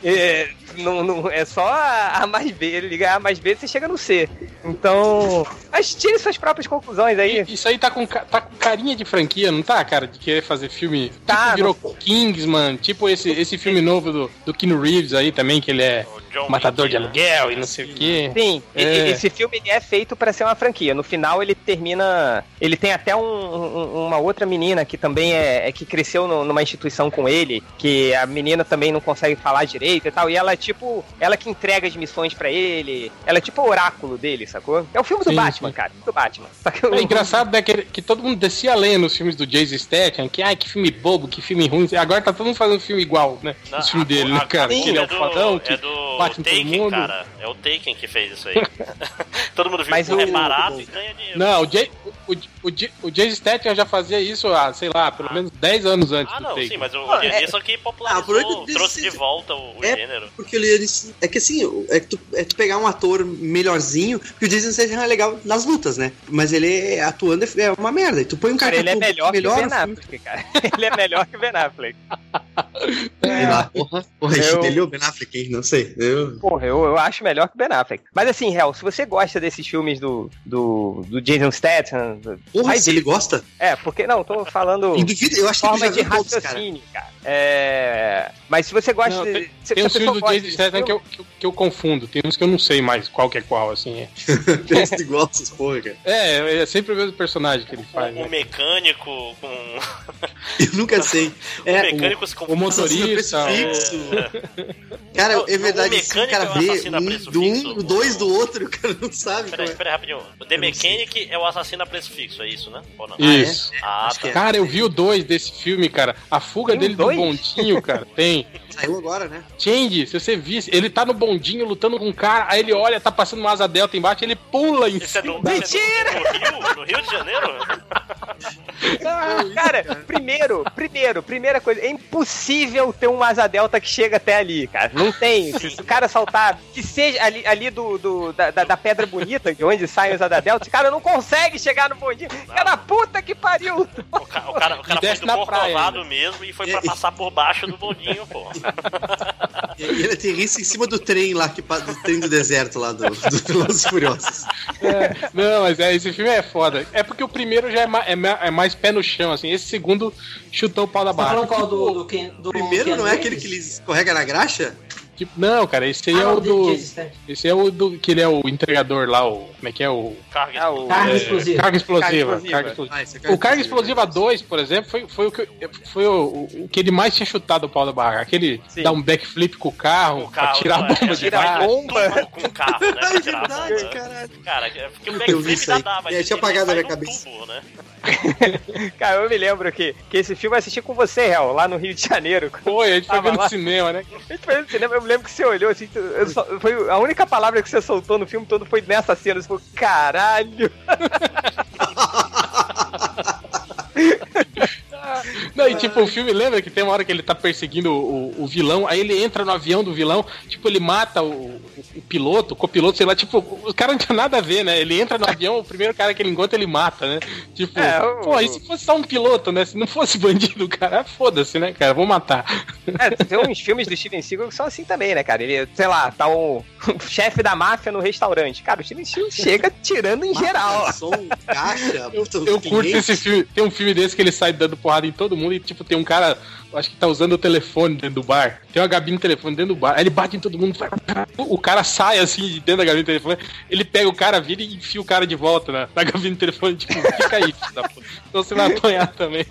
É só A mais B. Ele liga A mais B, você chega no C. Então, mas tire suas próprias conclusões aí. Isso aí tá com carinha de franquia, não tá, cara? De querer fazer filme. Tá, tipo, virou Kingsman, tipo esse filme novo do Keanu Reeves aí também, que ele é matador de aluguel e não sei o quê. Sim, esse filme ele é feito pra ser uma franquia. No final ele termina. Ele tem até uma outra menina que também que cresceu numa instituição com ele, que a menina também não consegue falar direito e tal. E ela é tipo. Ela que entrega as missões pra ele. Ela é tipo o oráculo dele, sacou? É o filme do Batman, cara. Do Batman. É engraçado, né, que todo mundo descia a lenha nos filmes do Jason Statham, que filme bobo, que filme ruim. Agora tá todo mundo fazendo filme igual, né? Os filmes dele, né, cara? Que ele é o fodão, que bate em todo mundo. Cara. É o Taken que fez isso aí. Todo mundo viu que é barato e ganha dinheiro. Não, o Jason Statham já fazia isso há, sei lá, pelo menos 10 anos antes do Taken. Sim, mas o Jason aqui popularizou, trouxe de volta o gênero. Porque é que assim, tu pegar um ator melhorzinho, porque o Jason Statham é legal nas lutas, né? Mas ele atuando é uma merda. E tu põe um cara ele é melhor que o Ben Affleck, cara. Ele é melhor que o Ben Affleck. Porra, isso dele ou Ben Affleck, hein? Não sei. Eu acho melhor que o Ben Affleck. Mas assim, Hel, se você gosta desses filmes do Jason Statham... Porra, se ele gosta? Porque não, tô falando eu acho forma que de raciocínio, cara. Mas se você gosta... Tem uns filmes do Jason Statham que eu confundo. Tem uns que eu não sei mais qual que é qual, assim. Tem uns igual essas porra, cara. É sempre o mesmo personagem que ele faz. O mecânico com... Eu nunca sei. O mecânico com... O motorista... Cara, é verdade, se o cara vê o dois do outro, o cara não sabe. Peraí, rapidinho. O The Mechanic é o assassino a preço fixo, é isso, né? Ou não? Isso. Tá. Cara, eu vi o 2 desse filme, cara. A fuga dele do 2? bondinho, cara. Tem. Saiu agora, né? Change, se você visse, ele tá no bondinho lutando com um cara, aí ele olha, tá passando uma asa delta embaixo, ele pula em Isso é cima. Mentira! No Rio de Janeiro? Cara, primeira coisa, é impossível ter um asa delta que chega até ali, cara. Não tem. Se o cara saltar, que seja ali da Pedra Bonita, de onde saem os asa delta, esse cara não consegue chegar no bondinho. Cara, puta que pariu! O cara foi do Corcovado mesmo e foi pra passar por baixo do bondinho, pô. E ele aterrissa em cima do trem lá, do trem do deserto lá do Velozes e Furiosos. Não, mas esse filme é foda. É porque o primeiro já é mais pé no chão, assim. Esse segundo chutou o pau da barra. Tá falando qual do primeiro não é aquele que ele escorrega na graxa? Tipo, não, cara, esse aí é o do. Esse é o do. Que ele é o entregador lá, o. Como é que é o. Carga explosiva. Carga explosiva. O Carga Explosiva Explosiva 2, por exemplo, foi o que ele mais tinha chutado o pau da barra. Aquele dá um backflip com o carro pra tirar a bomba de baixo. Com o carro, né? É verdade, caralho. Cara, porque o backflip dá, mas tinha apagado a minha cabeça. Tubo, né? Cara, eu me lembro que esse filme eu assisti com você, Hel, lá no Rio de Janeiro. Foi, a gente foi ver no cinema, né? A gente foi no cinema, eu me lembro que você olhou assim, foi a única palavra que você soltou no filme todo foi nessa cena, você falou, caralho! Não, e tipo, o filme, lembra que tem uma hora que ele tá perseguindo o vilão, aí ele entra no avião do vilão, tipo, ele mata o piloto, o copiloto, sei lá, tipo, o cara não tinha nada a ver, né? Ele entra no avião, o primeiro cara que ele encontra, ele mata, né? Tipo, pô, e se fosse só um piloto, né? Se não fosse bandido, cara, foda-se, né, cara? Vou matar. Tem uns filmes do Steven Seagal que são assim também, né, cara? Ele, sei lá, tá o chefe da máfia no restaurante. Cara, o Steven Seagal chega tirando em geral. Caixa, eu curto esse filme. Tem um filme desse que ele sai dando porrada em todo mundo e, tipo, tem um cara, acho que tá usando o telefone dentro do bar. Tem uma gabine de telefone dentro do bar. Aí ele bate em todo mundo. O cara sai assim de dentro da gabine de telefone. Ele pega o cara, vira e enfia o cara de volta na gabine de telefone. Tipo, fica aí, filho da puta. Então você vai apanhar também.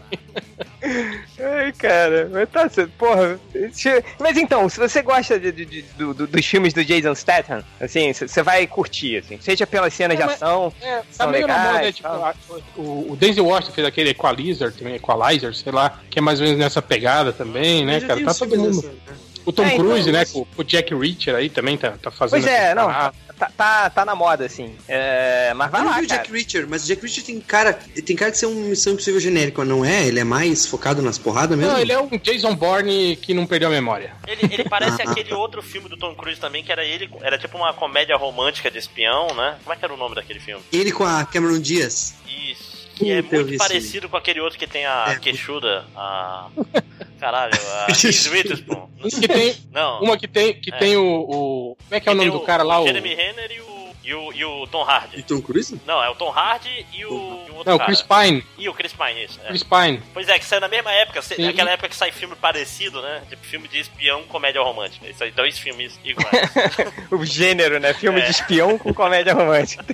Ai, cara, mas tá certo, porra. Mas então, se você gosta dos filmes do Jason Statham, assim, você vai curtir, assim, seja pelas cenas de ação. Tá meio na moda, né? Tipo, o Denzel Washington fez aquele Equalizer, sei lá, que é mais ou menos nessa pegada também, né, cara? Tá todo mundo. O Tom Cruise, então, né? Com o Jack Reacher aí também tá fazendo. Pois é, não. Tá na moda, assim. Mas vai lá, cara. Jack Reacher, mas o Jack Reacher tem cara de ser um Missão Impossível genérico, não é? Ele é mais focado nas porradas mesmo? Não, ele é um Jason Bourne que não perdeu a memória. Ele parece aquele outro filme do Tom Cruise também, que era tipo uma comédia romântica de espião, né? Como é que era o nome daquele filme? Ele com a Cameron Diaz. Isso. Que é muito parecido com aquele outro que tem a queixuda, caralho, a Reese Witherspoon. Uma que tem o... Como é que é o nome do cara lá? O Jeremy Renner e o Tom Hardy. E Tom Cruise? Não, é o Tom Hardy e o outro cara. Não, o Chris Pine. E o Chris Pine, isso. Chris Pine. Pois é, que saiu na mesma época, naquela época que sai filme parecido, né? Tipo filme de espião, comédia romântica. Isso aí, 2 filmes iguais. O gênero, né? Filme de espião com comédia romântica.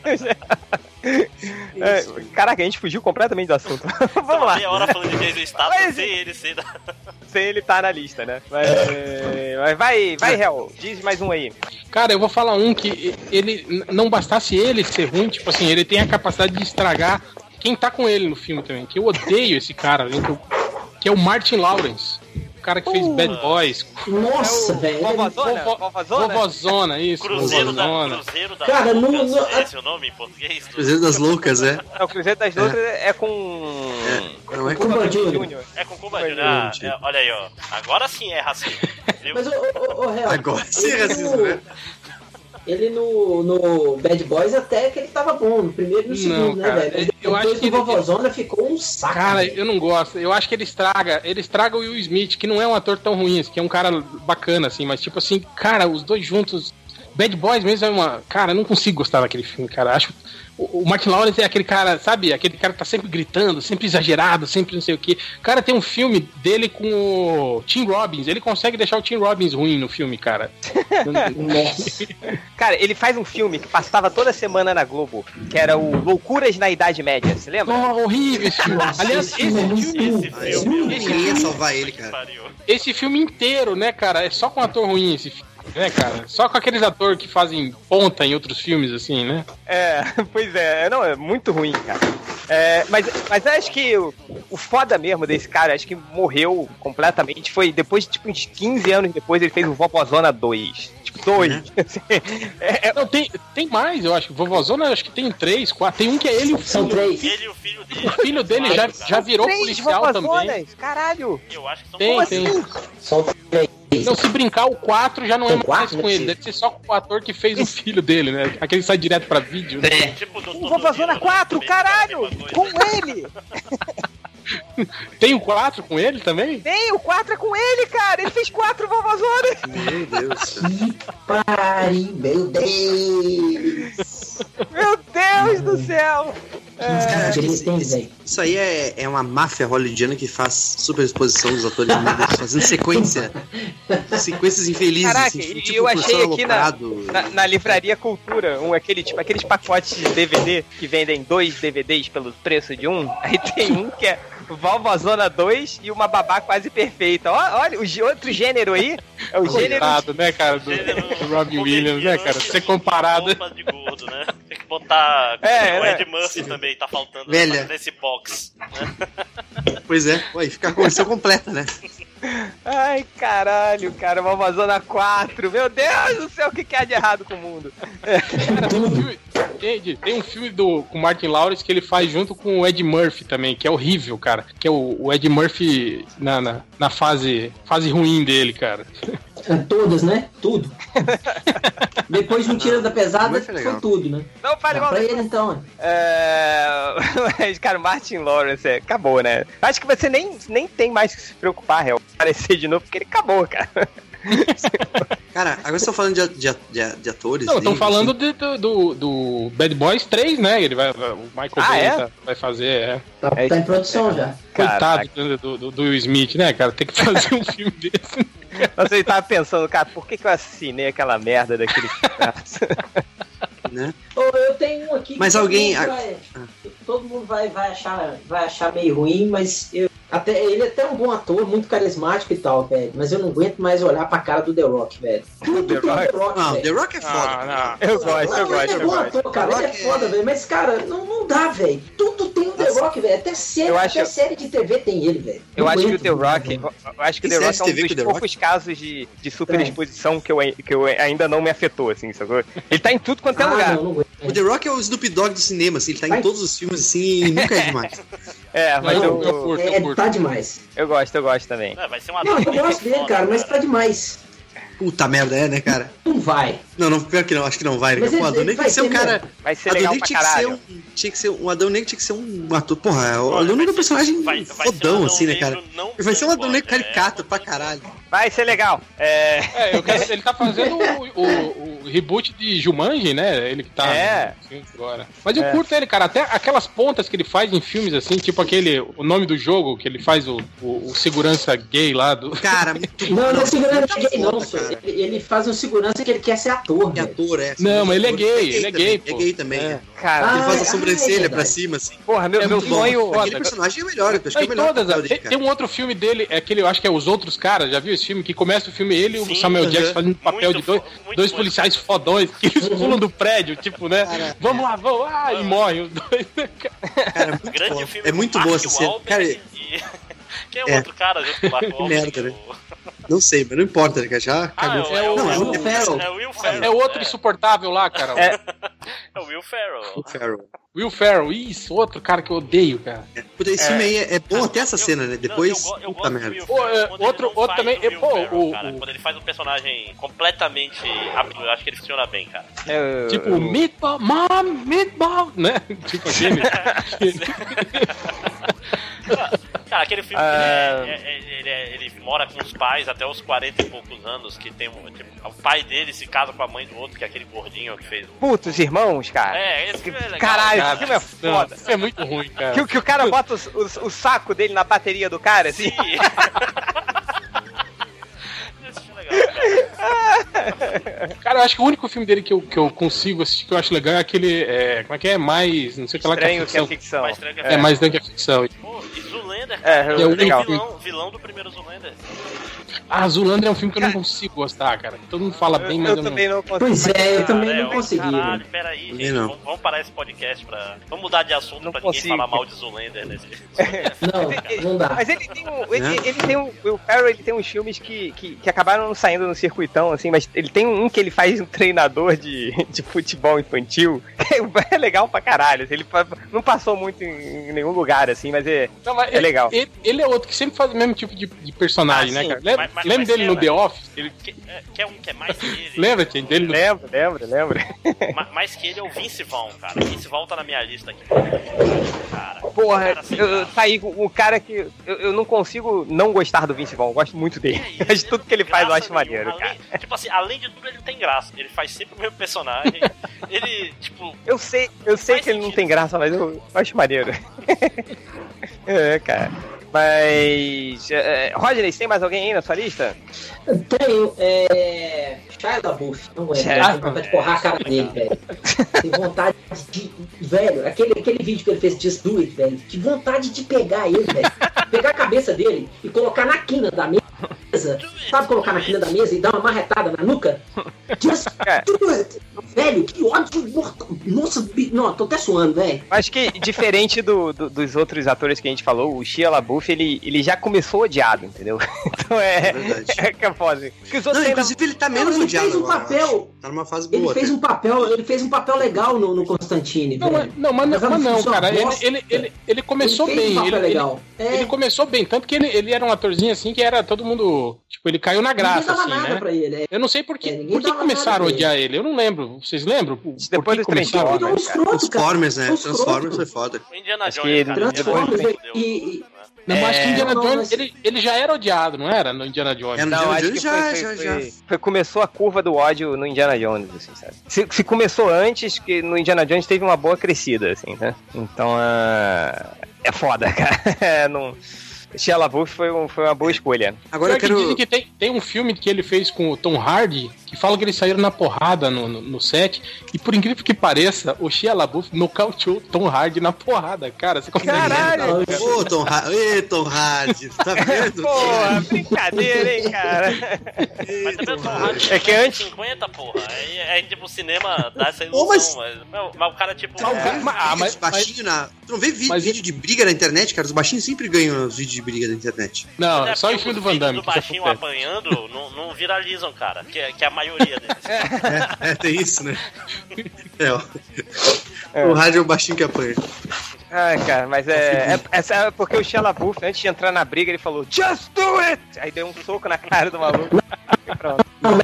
Caraca, a gente fugiu completamente do assunto. Vamos lá. Meia hora falando de Jason Statham sem ele tá na lista, né? Mas vai, Hel, diz mais um aí. Cara, eu vou falar um que ele não bastasse ele ser ruim, tipo assim, ele tem a capacidade de estragar quem tá com ele no filme também, que eu odeio esse cara, né, que é o Martin Lawrence. O cara que fez Bad Boys. Nossa, velho. Vovozona, isso. Cruzeiro da cara, esse é o nome em português? Cruzeiro das Loucas, é. O Cruzeiro das Loucas é com... Não é com Cuba Júnior. É com Cuba Júnior. Olha aí, ó. Agora sim é racismo. Mas, Real, agora sim é racismo, né? Ele no Bad Boys até que ele tava bom, no primeiro e no segundo, né, velho? Eu acho que o Vovozona ficou um saco. Cara, eu não gosto. Eu acho que ele estraga o Will Smith, que não é um ator tão ruim, que é um cara bacana, assim, mas tipo assim, cara, os dois juntos. Bad Boys mesmo é uma... Cara, eu não consigo gostar daquele filme, cara. Acho... O Martin Lawrence é aquele cara, sabe? Aquele cara que tá sempre gritando, sempre exagerado, sempre não sei o quê. Cara, tem um filme dele com o Tim Robbins. Ele consegue deixar o Tim Robbins ruim no filme, cara. Nossa. Cara, ele faz um filme que passava toda semana na Globo, que era o Loucuras na Idade Média. Você lembra? Oh, horrível esse filme. Aliás, esse filme ia salvar ele, cara. Esse filme inteiro, né, cara? É só com ator ruim esse filme. né, cara? Só com aqueles atores que fazem ponta em outros filmes, assim, né? Pois é. Não, é muito ruim, cara. Mas acho que o foda mesmo desse cara, acho que morreu completamente. Foi depois, tipo, uns 15 anos depois, ele fez o Vovozona 2. Tipo, 2. Não, tem mais, eu acho. Vovozona, acho que tem 3, 4. Tem um que é ele e o filho. São 3. Ele e o filho dele. O filho dele já virou 3 policial Vovozonas, também. caralho. Eu acho que são Tem. São 3. Então, se brincar, o 4 já não é Tem mais 4, com ele. sim. Deve ser só com o ator que fez o filho dele, né? Aquele que sai direto pra vídeo. Né? Tipo do O Vovozona 4, caralho! Com ele! Tem o 4 com ele também? Tem, o 4 é com ele, cara! Ele fez 4 Vovozonas! Meu Deus. Que pariu, meu Deus! Meu Deus do céu! Cara, acho que Eles têm, velho. isso aí é uma máfia hollywoodiana que faz superexposição dos atores negros, fazendo sequências infelizes. Caraca, assim, e tipo eu achei Porção aqui Aloprado. na Livraria Cultura, aqueles pacotes de DVD que vendem 2 DVDs pelo preço de um. Aí tem um que é Vovozona 2 e uma babá quase perfeita. Olha, o outro gênero aí é o gênero... Coitado, né, cara, do Robin Williams, né, cara? Ser comparado... Roupa de gordo, né? Tem que botar... o Ed Murphy também tá faltando Velha. nesse box. Pois é, ué, fica a coleção completa, né? Ai, caralho, cara, Vovozona 4. Meu Deus do céu, o que há de errado com o mundo? Cara, tem um filme com o Martin Lawrence que ele faz junto com o Ed Murphy também, que é horrível, cara. Que é o Ed Murphy na fase ruim dele, cara. Todas, né? Tudo. Depois de um Tira da Pesada, foi foi tudo, né? Não fale mal Pra ele, então. Mas, cara, o Martin Lawrence acabou, né? Acho que você nem tem mais que se preocupar, real. Aparecer de novo, porque ele acabou, cara. Cara, agora vocês estão falando de atores. Não, estão negros, falando assim. do Bad Boys 3, né? O Michael Bay vai fazer, Tá em produção já. Coitado do Will Smith, né, cara? Tem que fazer um filme desse. Nossa, ele tava pensando, cara, por que eu assinei aquela merda daquele cara? Né? Eu tenho um aqui que Mas alguém- todo mundo vai achar meio ruim, mas ele é até um bom ator, muito carismático e tal, velho. Mas eu não aguento mais olhar pra cara do The Rock, velho. Tudo tem o The Rock, Não, velho. The Rock é foda. Eu gosto. Ele é bom ator, cara. Ele é foda, velho. Mas, cara, não dá, velho. Tudo tem o The Rock, velho. Até série de TV tem ele, velho. Eu acho que o aguento, The Rock, velho. eu acho que o Tem The Rock é CSTV um com o dos The poucos casos de superexposição que eu ainda não me afetou, assim, sacou? Ele tá em tudo quanto é lugar. Não aguento. O The Rock é o Snoop Dogg do cinema, assim, ele tá em todos os filmes, assim, e nunca é demais. Mas eu curto. Tá demais. eu gosto também. Vai ser uma Não, eu gosto dele, cara, mas tá demais. Puta merda, né, cara? Não vai. Não, pior que não, acho que não vai, né? Mas Pô, ele Adão Negro tem que ser um cara. Vai ser Adão legal Negro pra caralho. tinha que ser um Adão Negro tinha que ser um ator. Porra, o Adão Negro é um personagem vai ser um fodão, Adão assim, né, Negro cara? não Ele vai ser um Adão Negro igual, caricato pra caralho. Vai ser legal. Ele tá fazendo o reboot de Jumanji, né? Ele que tá no filme agora. Mas eu curto ele, cara. Até aquelas pontas que ele faz em filmes, assim, tipo o nome do jogo, que ele faz o segurança gay lá do... Cara, muito Não é segurança muito gay, não, foda, senhor. cara. Ele faz um segurança que ele quer ser ator, Que velho. ator é. Não, mas ele é gay, também, pô. É gay também. né? Cara, Ele faz a é sobrancelha verdade. pra cima, assim. porra, meu Muito bom. sonho... Aquele personagem é melhor, eu acho que é o Em melhor todas, papel dele, tem cara. um outro filme dele, eu acho que é Os Outros Caras, já viu esse filme? Que começa o filme ele e o Sim, Samuel Jackson fazendo papel muito de dois muito policiais fodões, que eles pulam do prédio, tipo, né? Cara, vamos lá, e morrem os dois, né, cara? Cara, muito Grande bom. filme É muito com boa Mark essa cena. Cara, Wahlberg e... Quem é o outro cara junto com o Mark Wahlberg? merda, né? Não sei, mas não importa, né, cara? Já cagou. É o Will Ferrell. É o Will Ferrell. É o outro insuportável lá, cara. É o Will Ferrell. O Ferrell. Will Ferrell, isso, outro cara que eu odeio, cara. Puta, esse filme aí é bom até essa cena, né? Depois, eu puta gosto do merda. Will Pô, Ferrell quando outro ele não faz também- o Will pô, Ferrell, cara. Quando ele faz um personagem completamente absurdo, eu acho que ele funciona bem, cara. Tipo, meatball, mom, meatball, né? Tipo aquele. Cara, aquele filme que ele mora com os pais até os 40 e poucos anos, que tem o pai dele se casa com a mãe do outro, que é aquele gordinho que fez. Putos irmãos, cara. Esse filme é legal. Caralho, Cara, esse filme é foda. Isso é muito ruim, cara. Que o cara bota o saco dele na bateria do cara, assim. Sim. Esse filme é legal, cara. Cara, eu acho que o único filme dele que eu consigo assistir, que eu acho legal, é aquele. Como é que é? Mais. Não sei o que lá que é Estranho que é ficção. ficção. Mais estranho que É mais do que a ficção. Pô, e Zoolander, É legal. Vilão do primeiro Zoolander. Zoolander é um filme que eu não consigo gostar, cara. Todo mundo fala bem, mas eu também não consigo. Pois é, eu também não consegui. Caralho, peraí, gente. Vamos parar esse podcast pra... Vamos mudar de assunto não pra ninguém falar mal de Zoolander nesse... Não dá. Mas ele tem o Will Ferrell, ele tem uns filmes que acabaram saindo no circuitão, assim, mas ele tem um que ele faz um treinador de futebol infantil. É legal pra caralho. Ele não passou muito em nenhum lugar, assim, mas é legal. Ele é outro que sempre faz o mesmo tipo de personagem, né, cara? Lembra dele no The Office? Que é um que é mais que ele. Lembra dele? Lembro. Mais que ele é o Vince Vaughn, cara. Vince Vaughn tá na minha lista aqui. Cara, porra, tá aí o cara que eu não consigo não gostar do Vince Vaughn. Eu gosto muito dele. Mas tudo que ele faz eu acho maneiro, cara. Tipo assim, além de tudo ele não tem graça. Ele faz sempre o mesmo personagem. Ele, tipo... Eu sei que ele não tem graça, mas eu acho maneiro. Cara. Mas... Rodney, tem mais alguém aí na sua lista? Tenho, Shia LaBeouf, não é? Tem vontade de porrar a cara dele, velho. Tem vontade de... Velho, aquele vídeo que ele fez, Just Do It, velho. Que vontade de pegar ele, velho. Pegar a cabeça dele e colocar na quina da mesa. Sabe colocar na quina da mesa e dar uma marretada na nuca? Just Do It. Velho, que ódio mortal. Nossa, não, tô até suando, velho. Acho que diferente dos outros atores que a gente falou, o Shia LaBeouf, ele já começou odiado, entendeu? Então é foda. Inclusive ele tá menos odiado. Ele fez um papel. Tá numa fase boa. Ele fez um papel legal no Constantine. Não, cara. Ele começou bem. Ele começou bem, tanto que ele era um atorzinho assim que era todo mundo. Tipo, ele caiu na graça, assim, né? Pra ele, Eu não sei por que começaram a odiar ele. Eu não lembro. Vocês lembram? Depois do Transformers, né? Transformers foi foda. Indiana Jones, cara. Não, acho que Indiana Jones, ele já era odiado, não era? No Indiana Jones. Não, acho que já. Começou a curva do ódio no Indiana Jones, assim, sabe? Se começou antes, que no Indiana Jones teve uma boa crescida, assim, né? Então, é foda, cara. Shia LaBeouf foi uma boa escolha. Agora eu quero... Dizem que tem um filme que ele fez com o Tom Hardy, que fala que eles saíram na porrada no set, e por incrível que pareça, o Shia LaBeouf nocauteou Tom Hardy na porrada, cara. Você consegue Caralho! Ô, Tom Hardy, tá vendo? Porra, brincadeira, hein, cara? Mas também o Tom Hardy é que antes... 50, porra. Aí tipo, o cinema dá essa ilusão, mas o cara, tipo... Mas baixinho tu não vê vídeo de briga na internet, cara? Os baixinhos sempre ganham os vídeos de briga da internet. Não, é só o filme do Van Damme. Os baixinhos apanhando não viralizam, cara. Que é a maioria deles. Tem isso, né? O rádio é o baixinho que apanha. Cara, mas é porque o Shia LaBeouf, antes de entrar na briga, ele falou Just do it! Aí deu um soco na cara do maluco. E pronto.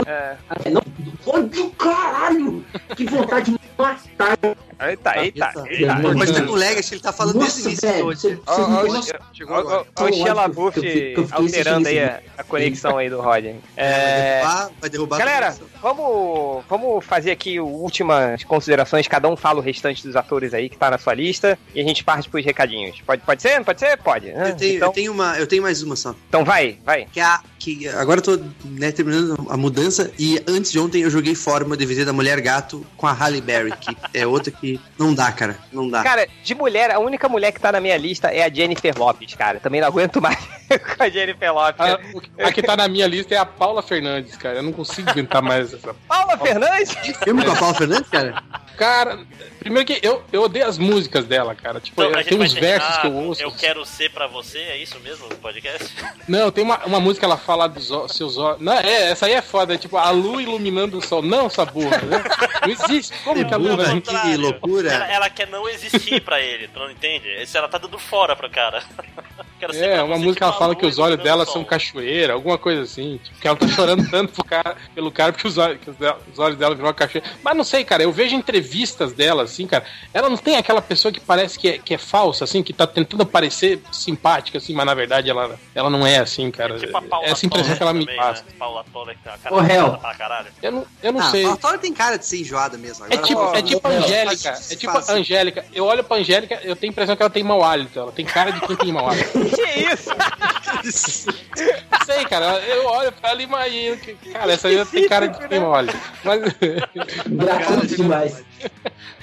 Do caralho! Que vontade de matar. Eita. Mas tem um lag, acho que ele tá falando desde o início hoje. O Shia LaBeouf alterando aí a conexão aí do Roger. Vai derrubar. Galera, vamos fazer aqui últimas considerações. Cada um fala o restante dos atores aí que tá na sua lista e a gente parte pros recadinhos. Pode ser? Não pode ser? Pode. Eu tenho mais uma só. Então vai. Que agora eu tô terminando a mudança e antes de ontem eu joguei fora uma DVD da Mulher Gato com a Halle Berry, que é outra que não dá, cara. Não dá. Cara, de mulher, a única mulher que tá na minha lista é a Jennifer Lopez, cara. Também não aguento mais com a Jennifer Lopez. A que tá na minha lista é a Paula Fernandes, cara. Eu não consigo aguentar mais essa. Paula Fernandes? Filme com a Paula Fernandes, cara? Cara, primeiro que eu odeio as músicas dela, cara. Tipo, então, tem uns versos que eu ouço. Eu quero ser pra você, é isso mesmo no podcast? Não, tem uma música que ela fala dos seus olhos. Não, essa aí é foda, tipo, a lua iluminando o sol. Não, essa burra, né? Não existe. Como que a lua vai... Que loucura. Ela quer não existir pra ele, tu não entende? Ela tá dando fora pro cara. Uma música que ela fala que os olhos dela são cachoeira, alguma coisa assim. Tipo, que ela tá chorando tanto pelo cara porque os olhos dela virou uma cachoeira. Mas não sei, cara, eu vejo entrevistas dela, assim, cara. Ela não tem aquela pessoa que parece que é falsa, assim, que tá tentando parecer simpática, assim, mas na verdade ela não é assim, cara. Tipo a Paula essa impressão que ela me passa. Né? Paula Toller, que tem uma cara pra caralho. Eu não sei. A Paula tem cara de ser enjoada mesmo. Agora, é tipo a Angélica. É tipo a Angélica. Eu olho pra Angélica, eu tenho a impressão que ela tem mau hálito. Ela tem cara de quem tem mau hálito. Que isso? Sei, cara. Eu olho pra ela e imagino que, cara, essa aí tem cara de quem tem mau hálito. Mas... Gratuito demais.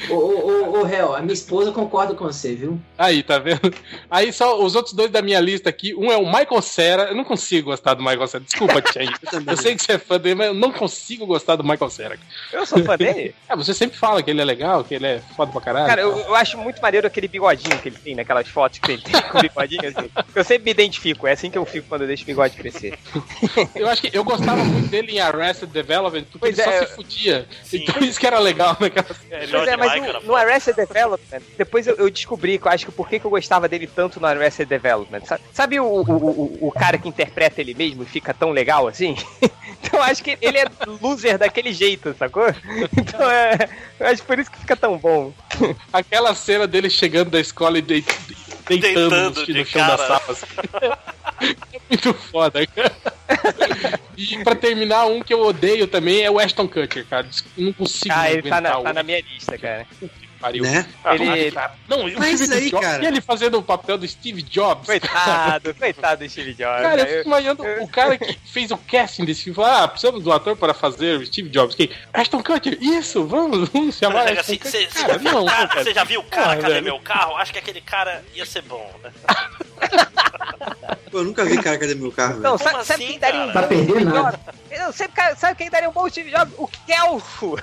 Ô, réu, a minha esposa concorda com você, viu? Aí, tá vendo? Aí só os outros dois da minha lista aqui, um é o Michael Cera. Eu não consigo gostar do Michael Cera. Desculpa, Tia. Eu sei que você é fã dele, mas eu não consigo gostar do Michael Cera. Eu sou fã dele? Você sempre fala que ele é legal, que ele é foda pra caralho. Cara, eu acho muito maneiro aquele bigodinho que ele tem, naquelas fotos que ele tem com o bigodinho, assim. Eu sempre me identifico, é assim que eu fico quando eu deixo o bigode crescer. Eu acho que eu gostava muito dele em Arrested Development, porque Pois ele é, só se fudia. Então isso que era legal naquela série. Pois é, mas no Arrested Development, depois eu descobri que eu acho que por que eu gostava dele tanto no Arrested Development. Sabe o cara que interpreta ele mesmo e fica tão legal assim? Então eu acho que ele é loser daquele jeito, sacou? Então eu acho por isso que fica tão bom. Aquela cena dele chegando da escola e deitando no chão da sala. Assim. É muito foda, cara. E pra terminar, um que eu odeio também é o Ashton Kutcher, cara. Eu não consigo ele tá na minha lista, cara. Pariu. Né? Ele... Não, mas isso aí, Jobs, cara. E ele fazendo o papel do Steve Jobs. Coitado do Steve Jobs. Cara, eu fico imaginando o cara que fez o casting desse filme. Precisamos do ator para fazer o Steve Jobs. Quem? Ashton Kutcher. Isso, vamos chamar Ashton Kutcher. Você já viu o cara? Cadê meu carro? Acho que aquele cara ia ser bom, né? Pô, eu nunca vi cara, cadê meu carro? Não, velho? sabe assim, quem daria um Tá perdendo nada. Sabe quem daria um bom Steve Jobs? O Kelso.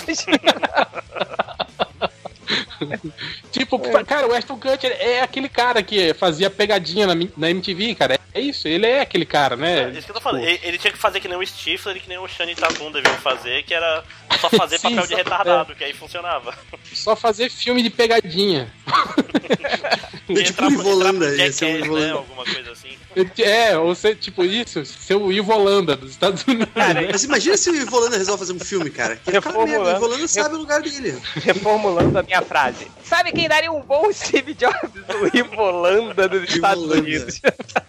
Tipo, cara, o Ashton Kutcher é aquele cara que fazia pegadinha na MTV, cara. É isso, ele é aquele cara, né? É isso que eu tô falando. Ele tinha que fazer que nem o Stifler e que nem o Shane Tatum deviam fazer, que era só fazer papel de retardado, que aí funcionava. Só fazer filme de pegadinha. Tipo o Ivo Holanda, ia ser o Ivo né? Holanda. Alguma coisa assim. Ou ser tipo isso, ser o Ivo Holanda dos Estados Unidos. Cara, Mas imagina se o Ivo Holanda resolve fazer um filme, cara. Que é merda, o Ivo Holanda sabe o lugar dele. Reformulando a minha frase. Sabe quem daria um bom Steve Jobs? O Ivo Holanda dos Estados Unidos.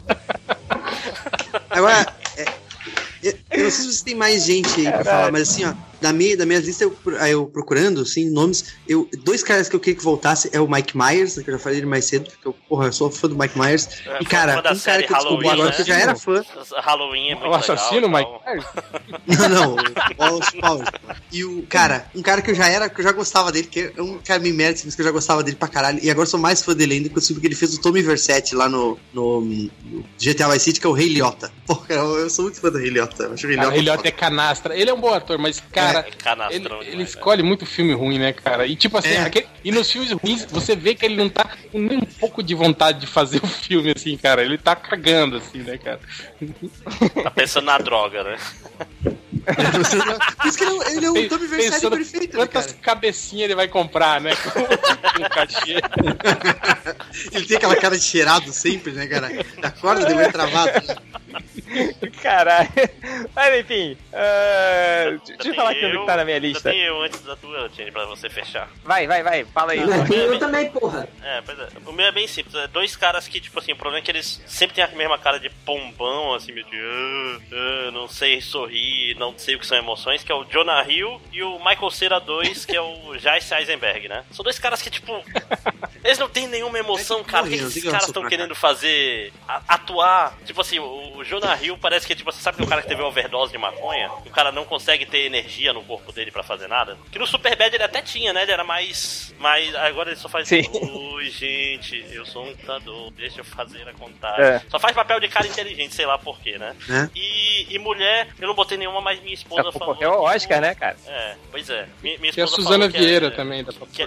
Agora, eu não sei se você tem mais gente aí pra falar, mas assim, ó, da minha lista, eu procurando, assim, nomes, dois caras que eu queria que voltasse é o Mike Myers, que eu já falei ele mais cedo, porque eu sou fã do Mike Myers, e cara, um cara que eu descobri agora, que eu já era fã. Halloween é muito O assassino, legal, Mike Não, Myers? não, o Austin Powers. E um cara que eu já gostava dele, que é um cara meio merda, mas que eu já gostava dele pra caralho, e agora sou mais fã dele ainda, porque ele fez o Tommy Vercetti lá no GTA Vice City, que é o Rei Liotta. Pô, cara, eu sou muito fã do Rei Liotta, eu acho o Rei Liotta é canastra. Ele é um bom ator, mas, cara, ele escolhe muito filme ruim, né, cara? E tipo assim, e nos filmes ruins, você vê que ele não tá com nem um pouco de vontade de fazer o filme, assim, cara. Ele tá cagando, assim, né, cara? Tá pensando na droga, né? Por isso que ele é um Tommy Vercetti perfeito, né, quantas cara? cabecinhas ele vai comprar, né? Com cachê. Ele tem aquela cara de cheirado sempre, né, cara? Acorda, deu meio travado. Caralho. Mas enfim, deixa eu falar aqui o que tá na minha lista. Tem eu antes da tua, Tini, pra você fechar. Vai, fala aí. Eu também, porra. Pois é. O meu é bem simples. É dois caras que, tipo assim, o problema é que eles sempre têm a mesma cara de pombão, assim, meio de não sei sorrir, não sei o que são emoções, que é o Jonah Hill e o Michael Cera 2, que é o Jesse Eisenberg, né? São dois caras que, tipo, eles não têm nenhuma emoção, cara. O que esses caras estão querendo fazer? Atuar? Tipo assim, o Jonah Hill parece que, tipo, você sabe que o cara que teve uma overdose de maconha, o cara não consegue ter energia no corpo dele pra fazer nada? Que no Superbad ele até tinha, né? Ele era mais agora ele só faz oi, gente, eu sou um lutador, deixa eu fazer a contagem. Só faz papel de cara inteligente, sei lá porquê, né? E mulher, eu não botei nenhuma, mas minha esposa falou. É o Oscar, né, cara? Pois é. Minha esposa que é a Suzana Vieira também.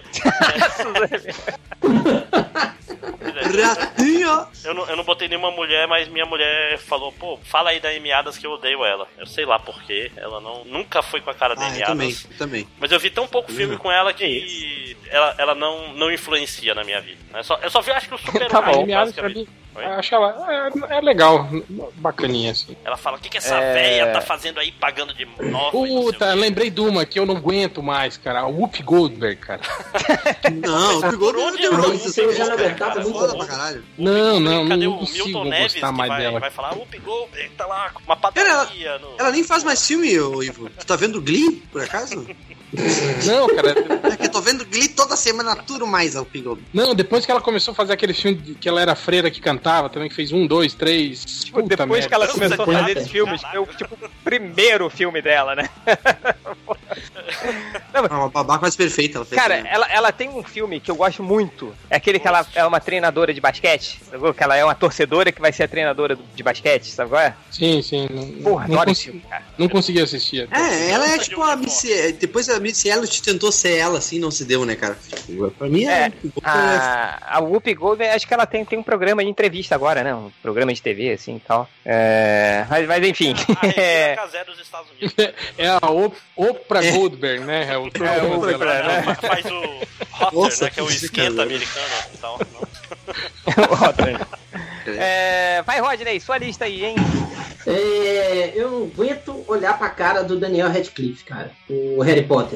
Ratinho! Eu não botei nenhuma mulher, mas minha mulher falou, pô, fala aí da Amy Adams que eu odeio ela. Eu sei lá porquê, ela nunca foi com a cara da Amy Adams. Eu também. Mas eu vi tão pouco filme com ela que ela não influencia na minha vida. Eu só vi, acho que o Super-Homem, basicamente. Eu acho ela é legal, bacaninha, assim. Ela fala, o que essa véia tá fazendo aí pagando de nova? Puta, lembrei de uma que eu não aguento mais, cara. A Whoopi Goldberg, cara. Não, o Whoopi Goldberg Você já não aguentava muito foda pra caralho. Não Cadê não o consigo Milton Neves gostar mais dela. vai falar, Whoopi Goldberg tá lá com uma padaria. Ela nem faz mais filme, ô Ivo. Tu tá vendo Glee, por acaso? Não, cara. É que eu tô vendo Glee toda semana, tudo mais ao Piggle. Não, depois que ela começou a fazer aquele filme que ela era freira que cantava, também que fez 1, 2, 3. Tipo, depois que ela começou a fazer esses filmes, foi o tipo, primeiro filme dela, né? Uma babá quase perfeita. Ela fez, cara, né? ela tem um filme que eu gosto muito. É aquele que ela é uma treinadora de basquete. Sabe? Que ela é uma torcedora que vai ser a treinadora de basquete, sabe qual é? Sim. Porra, adoro esse filme, cara. Não consegui assistir. Ela é tipo a Missy. Depois a Missy Elliott tentou ser ela, assim, não se deu, né, cara? Tipo, pra mim a Whoopi Goldberg, acho que ela tem um programa de entrevista agora, né? Um programa de TV, assim e tal. Mas enfim. A Regina Casé dos Estados Unidos. É a Oprah Goldberg, né? É o Oprah, né? Faz o Hotter, né? Que é o esquenta americano e tal. O Hotter. Vai, Rodney, sua lista aí, hein? Eu não aguento olhar pra cara do Daniel Radcliffe, cara. O Harry Potter.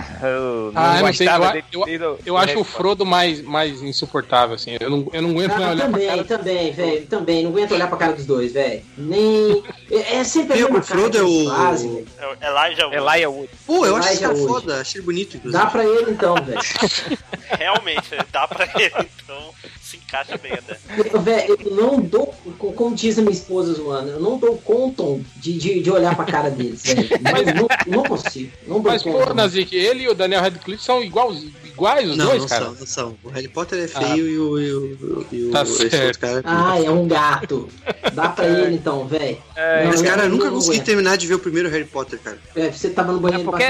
Eu acho o Frodo mais insuportável, assim. Eu não aguento olhar pra cara. Também. Não aguento olhar pra cara dos dois, velho. Nem... É sempre a mesma o Frodo é o... Frase, Elijah Wood. Pô, eu acho esse cara foda. Achei bonito, inclusive. Dá pra ele, então, velho. Realmente, dá pra ele, então... Se encaixa bem até. Velho, eu não dou, como diz a minha esposa, zoando, eu não dou conta de olhar pra cara deles, velho. Não consigo. Mas, pô, Nazik, ele e o Daniel Radcliffe são iguais os dois, cara? Não são. O Harry Potter é feio e o tá certo. Cara... é um gato. Dá pra ele, então, velho. Mas, cara, eu nunca consegui terminar de ver o primeiro Harry Potter, cara. Você tava no banheiro porque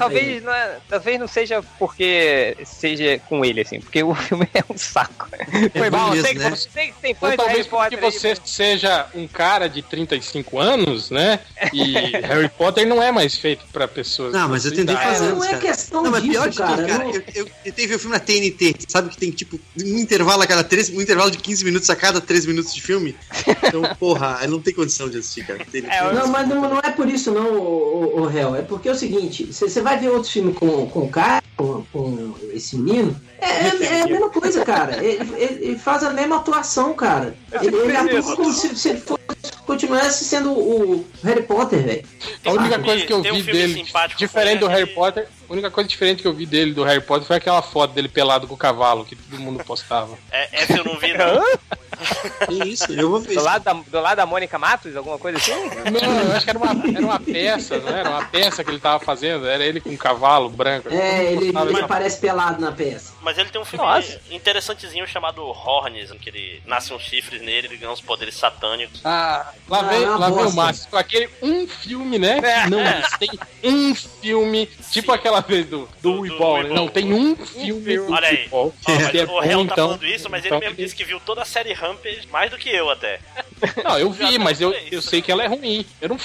talvez não seja porque seja com ele, assim, porque o filme é um saco. Foi mal, sei que tem fã de Harry Potter. Porque você seja um cara de 35 anos, né? E Harry Potter não é mais feito pra pessoas. Não, mas eu tentei fazer. Não é questão disso, pior de tudo, cara. Eu tentei ver o filme na TNT, sabe que tem tipo um intervalo de 15 minutos a cada 3 minutos de filme. Então, porra, eu não tenho condição de assistir, cara. Não, mas não é por isso, não, o réu. É porque é o seguinte: você vai ver outros filmes com o cara, com esse menino. É a mesma coisa, cara. Ele faz a mesma atuação, cara. Ele atua como se ele continuasse sendo o Harry Potter, velho. A única coisa que eu vi dele, diferente do Harry Potter, a única coisa diferente que eu vi dele do Harry Potter foi aquela foto dele pelado com o cavalo que todo mundo postava. Essa eu não vi, não. Que isso? Eu vou ver do lado da Mônica Matos, alguma coisa assim? Não, eu acho que era uma peça, não era? Uma peça que ele tava fazendo, era ele com um cavalo branco. Ele parece pelado na peça. Mas ele tem um filme interessantezinho chamado Horns, em que ele nasce uns chifres nele, ele ganha uns poderes satânicos. Lá vem o Márcio, com aquele filme, né? Não, eles têm um filme, tipo aquela vez do Weeball, né? Não, tem um filme do Olha aí, Weeball. O réu tá falando isso, mas ele mesmo disse que viu toda a série Rampage mais do que eu até. Não, eu vi, mas eu sei que ela é ruim. Eu não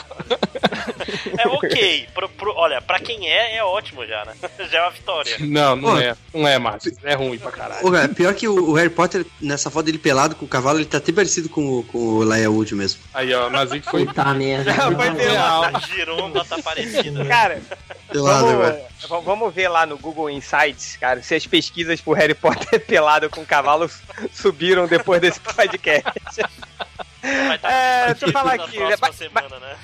É ok. Olha, pra quem é ótimo já, né? Já é uma vitória. Não é, Márcio. É ruim pra caralho. Ô, cara, pior que o Harry Potter, nessa foto dele pelado com o cavalo, ele tá até parecido com o Elijah Wood mesmo. Aí, ó, o Nazik foi... Puta merda. A giromba tá parecida. Cara, vamos ver lá no Google Insights, cara, se as pesquisas por Harry Potter pelado com cavalo subiram depois desse podcast. Deixa eu falar aqui. Semana, né?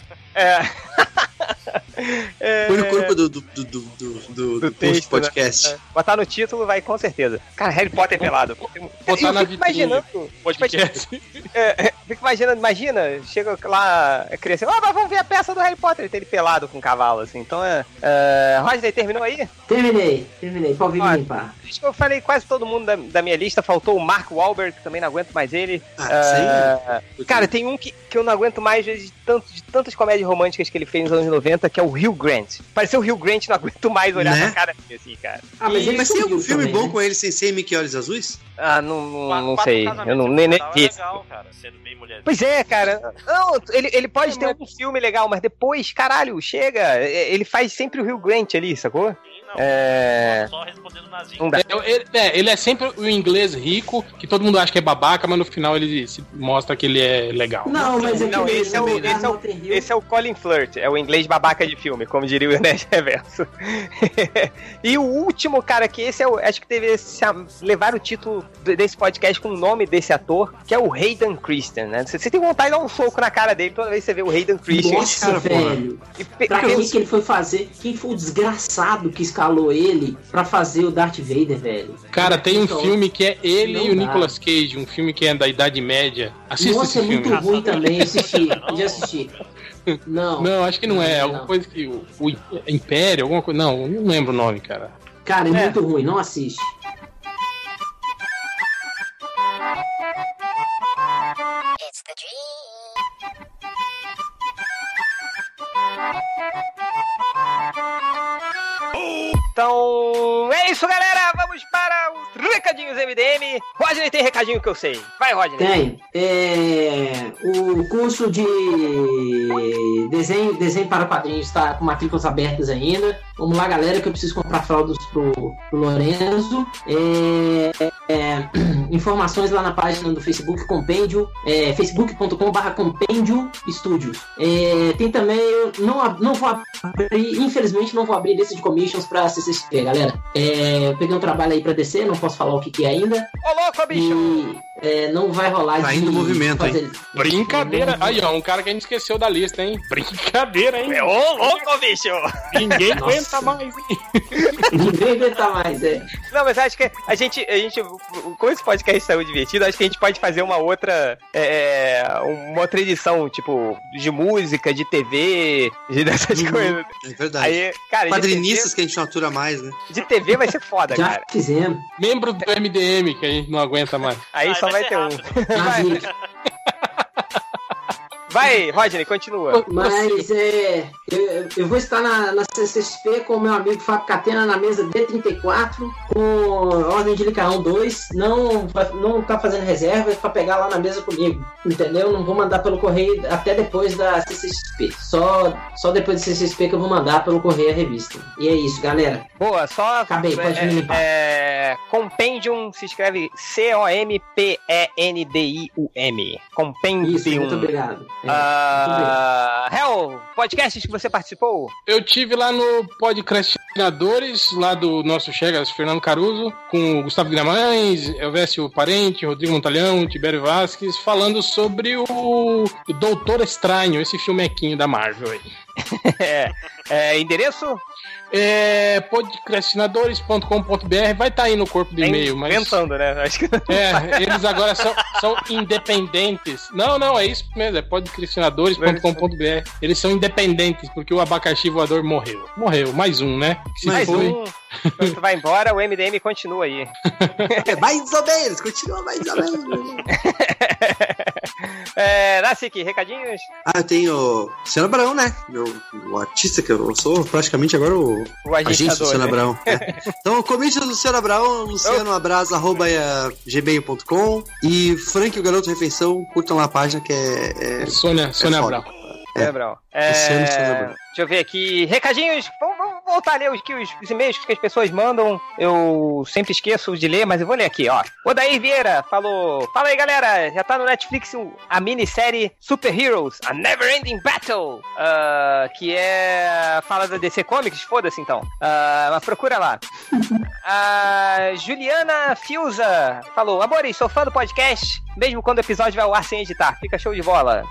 Põe no corpo do texto, podcast. Né? Botar no título vai com certeza. Cara, Harry Potter pelado. Botar na vitrine. Podcast. Fico imaginando, chega lá a criança, mas vamos ver a peça do Harry Potter, ele pelado com um cavalo, assim. Então Rodney, terminou aí? Terminei. Pode vir me limpar. Acho que eu falei quase todo mundo da minha lista, faltou o Mark Wahlberg, que também não aguento mais ele. Cara, tem um que eu não aguento mais de tantas comédias românticas que ele fez nos anos 90, que é o Hugh Grant. Pareceu o Hugh Grant, não aguento mais olhar pra cara dele, assim, cara. Mas tem algum filme bom com ele sem ser Mickey Olhos Azuis? Não sei. Eu não nem legal, cara, sendo bem mulher. Pois é, cara. Não, ele pode ter um filme legal, mas depois, caralho, chega. Ele faz sempre o Hugh Grant ali, sacou? Só respondendo nazinho. Não dá. Ele é sempre o inglês rico, que todo mundo acha que é babaca, mas no final ele se mostra que ele é legal. Não, mas esse é o Colin Firth, é o inglês babaca de filme, como diria o Nerd Reverso. E o último, cara, que esse acho que deve levar o título desse podcast com o nome desse ator, que é o Hayden Christensen, né? Você tem vontade de dar um soco na cara dele toda vez que você vê o Hayden Christensen. Nossa, cara, velho. Pra que ele foi fazer? Quem foi o desgraçado que escalou ele pra fazer o Darth Vader, velho? Cara, tem um filme que é ele e o Nicolas Cage, um filme que é da Idade Média. Assista esse filme. Nossa, é muito ruim também, já assisti. Não, acho que não é. Alguma coisa que o Império, alguma coisa. Não lembro o nome, cara. Cara, é muito ruim, não assiste. It's the dream. Então, é isso, galera. Vamos para os recadinhos MDM. Rodney tem recadinho que eu sei. Vai, Rodney. Tem. O curso de desenho para quadrinhos está com matrículas abertas ainda. Vamos lá, galera, que eu preciso comprar fraldas pro Lorenzo. Informações lá na página do Facebook Compêndio, facebook.com/Compêndio Studios. Tem também, não vou abrir, infelizmente não vou abrir lista de commissions pra CCXP, galera. Eu peguei um trabalho aí pra descer, não posso falar o que é ainda. Ô, louco, bicho! Não vai rolar tá indo movimento, hein? Brincadeira. Aí, ó, um cara que a gente esqueceu da lista, hein? Brincadeira, hein? Ô, louco, bicho! Ninguém aguenta mais, hein? Ninguém aguenta mais, Não, mas acho que a gente, como esse podcast saiu divertido, acho que a gente pode fazer uma outra edição, tipo, de música, de TV, dessas coisas. É verdade. Aí, cara, quadrinistas que a gente não atura mais, né? De TV vai ser foda, já cara. Fizemos. Membro do MDM, que a gente não aguenta mais. Aí só vai ter um. Vai, Rodney, continua. Mas eu vou estar na CCXP com o meu amigo Fábio Catena na mesa D34 com Ordem de Licaão 2. Não tá fazendo reserva pra pegar lá na mesa comigo, entendeu? Não vou mandar pelo correio até depois da CCXP. Só depois da CCXP que eu vou mandar pelo correio a revista. E é isso, galera. Boa, só... Acabei, pode me limpar. Compendium se escreve Compendium. Compendium. Isso, muito obrigado. Hel, podcasts que você participou? Eu tive lá no Podcastinadores, lá do nosso Chegas, Fernando Caruso, com o Gustavo Guimarães, Elvésio Parente, Rodrigo Montalhão, Tibério Vasquez, falando sobre o Doutor Estranho, esse filmequinho da Marvel aí. Endereço? Podcastinadores.com.br, vai estar aí no corpo do e-mail, mas... Inventando, né? Acho que... eles agora são independentes. Não, é isso mesmo, é podcastinadores.com.br. Eles são independentes, porque o abacaxi voador morreu. Mais um, né? Mais um. Quando tu vai embora, o MDM continua aí. Mais ou menos, continua mais ou menos. Nassik, recadinhos? Eu tenho Luciano Abrão, né? O artista que eu sou, praticamente agora o agente do Luciano Abrão. Então, o comício do Luciano Abrão, lucianoabraço@gmail.com e Frank, o Garoto Refeição, curtam lá a página que é Sônia Abrão. Abrão. Deixa eu ver aqui. Recadinhos. Vamos voltar a ler os e-mails que as pessoas mandam. Eu sempre esqueço de ler, mas eu vou ler aqui, ó. Odair Vieira falou: fala aí, galera. Já tá no Netflix a minissérie Super Heroes, A Never Ending Battle, que fala da DC Comics. Foda-se, então. Mas procura lá. A Juliana Fiuza falou: amores, sou fã do podcast, mesmo quando o episódio vai ao ar sem editar. Fica show de bola.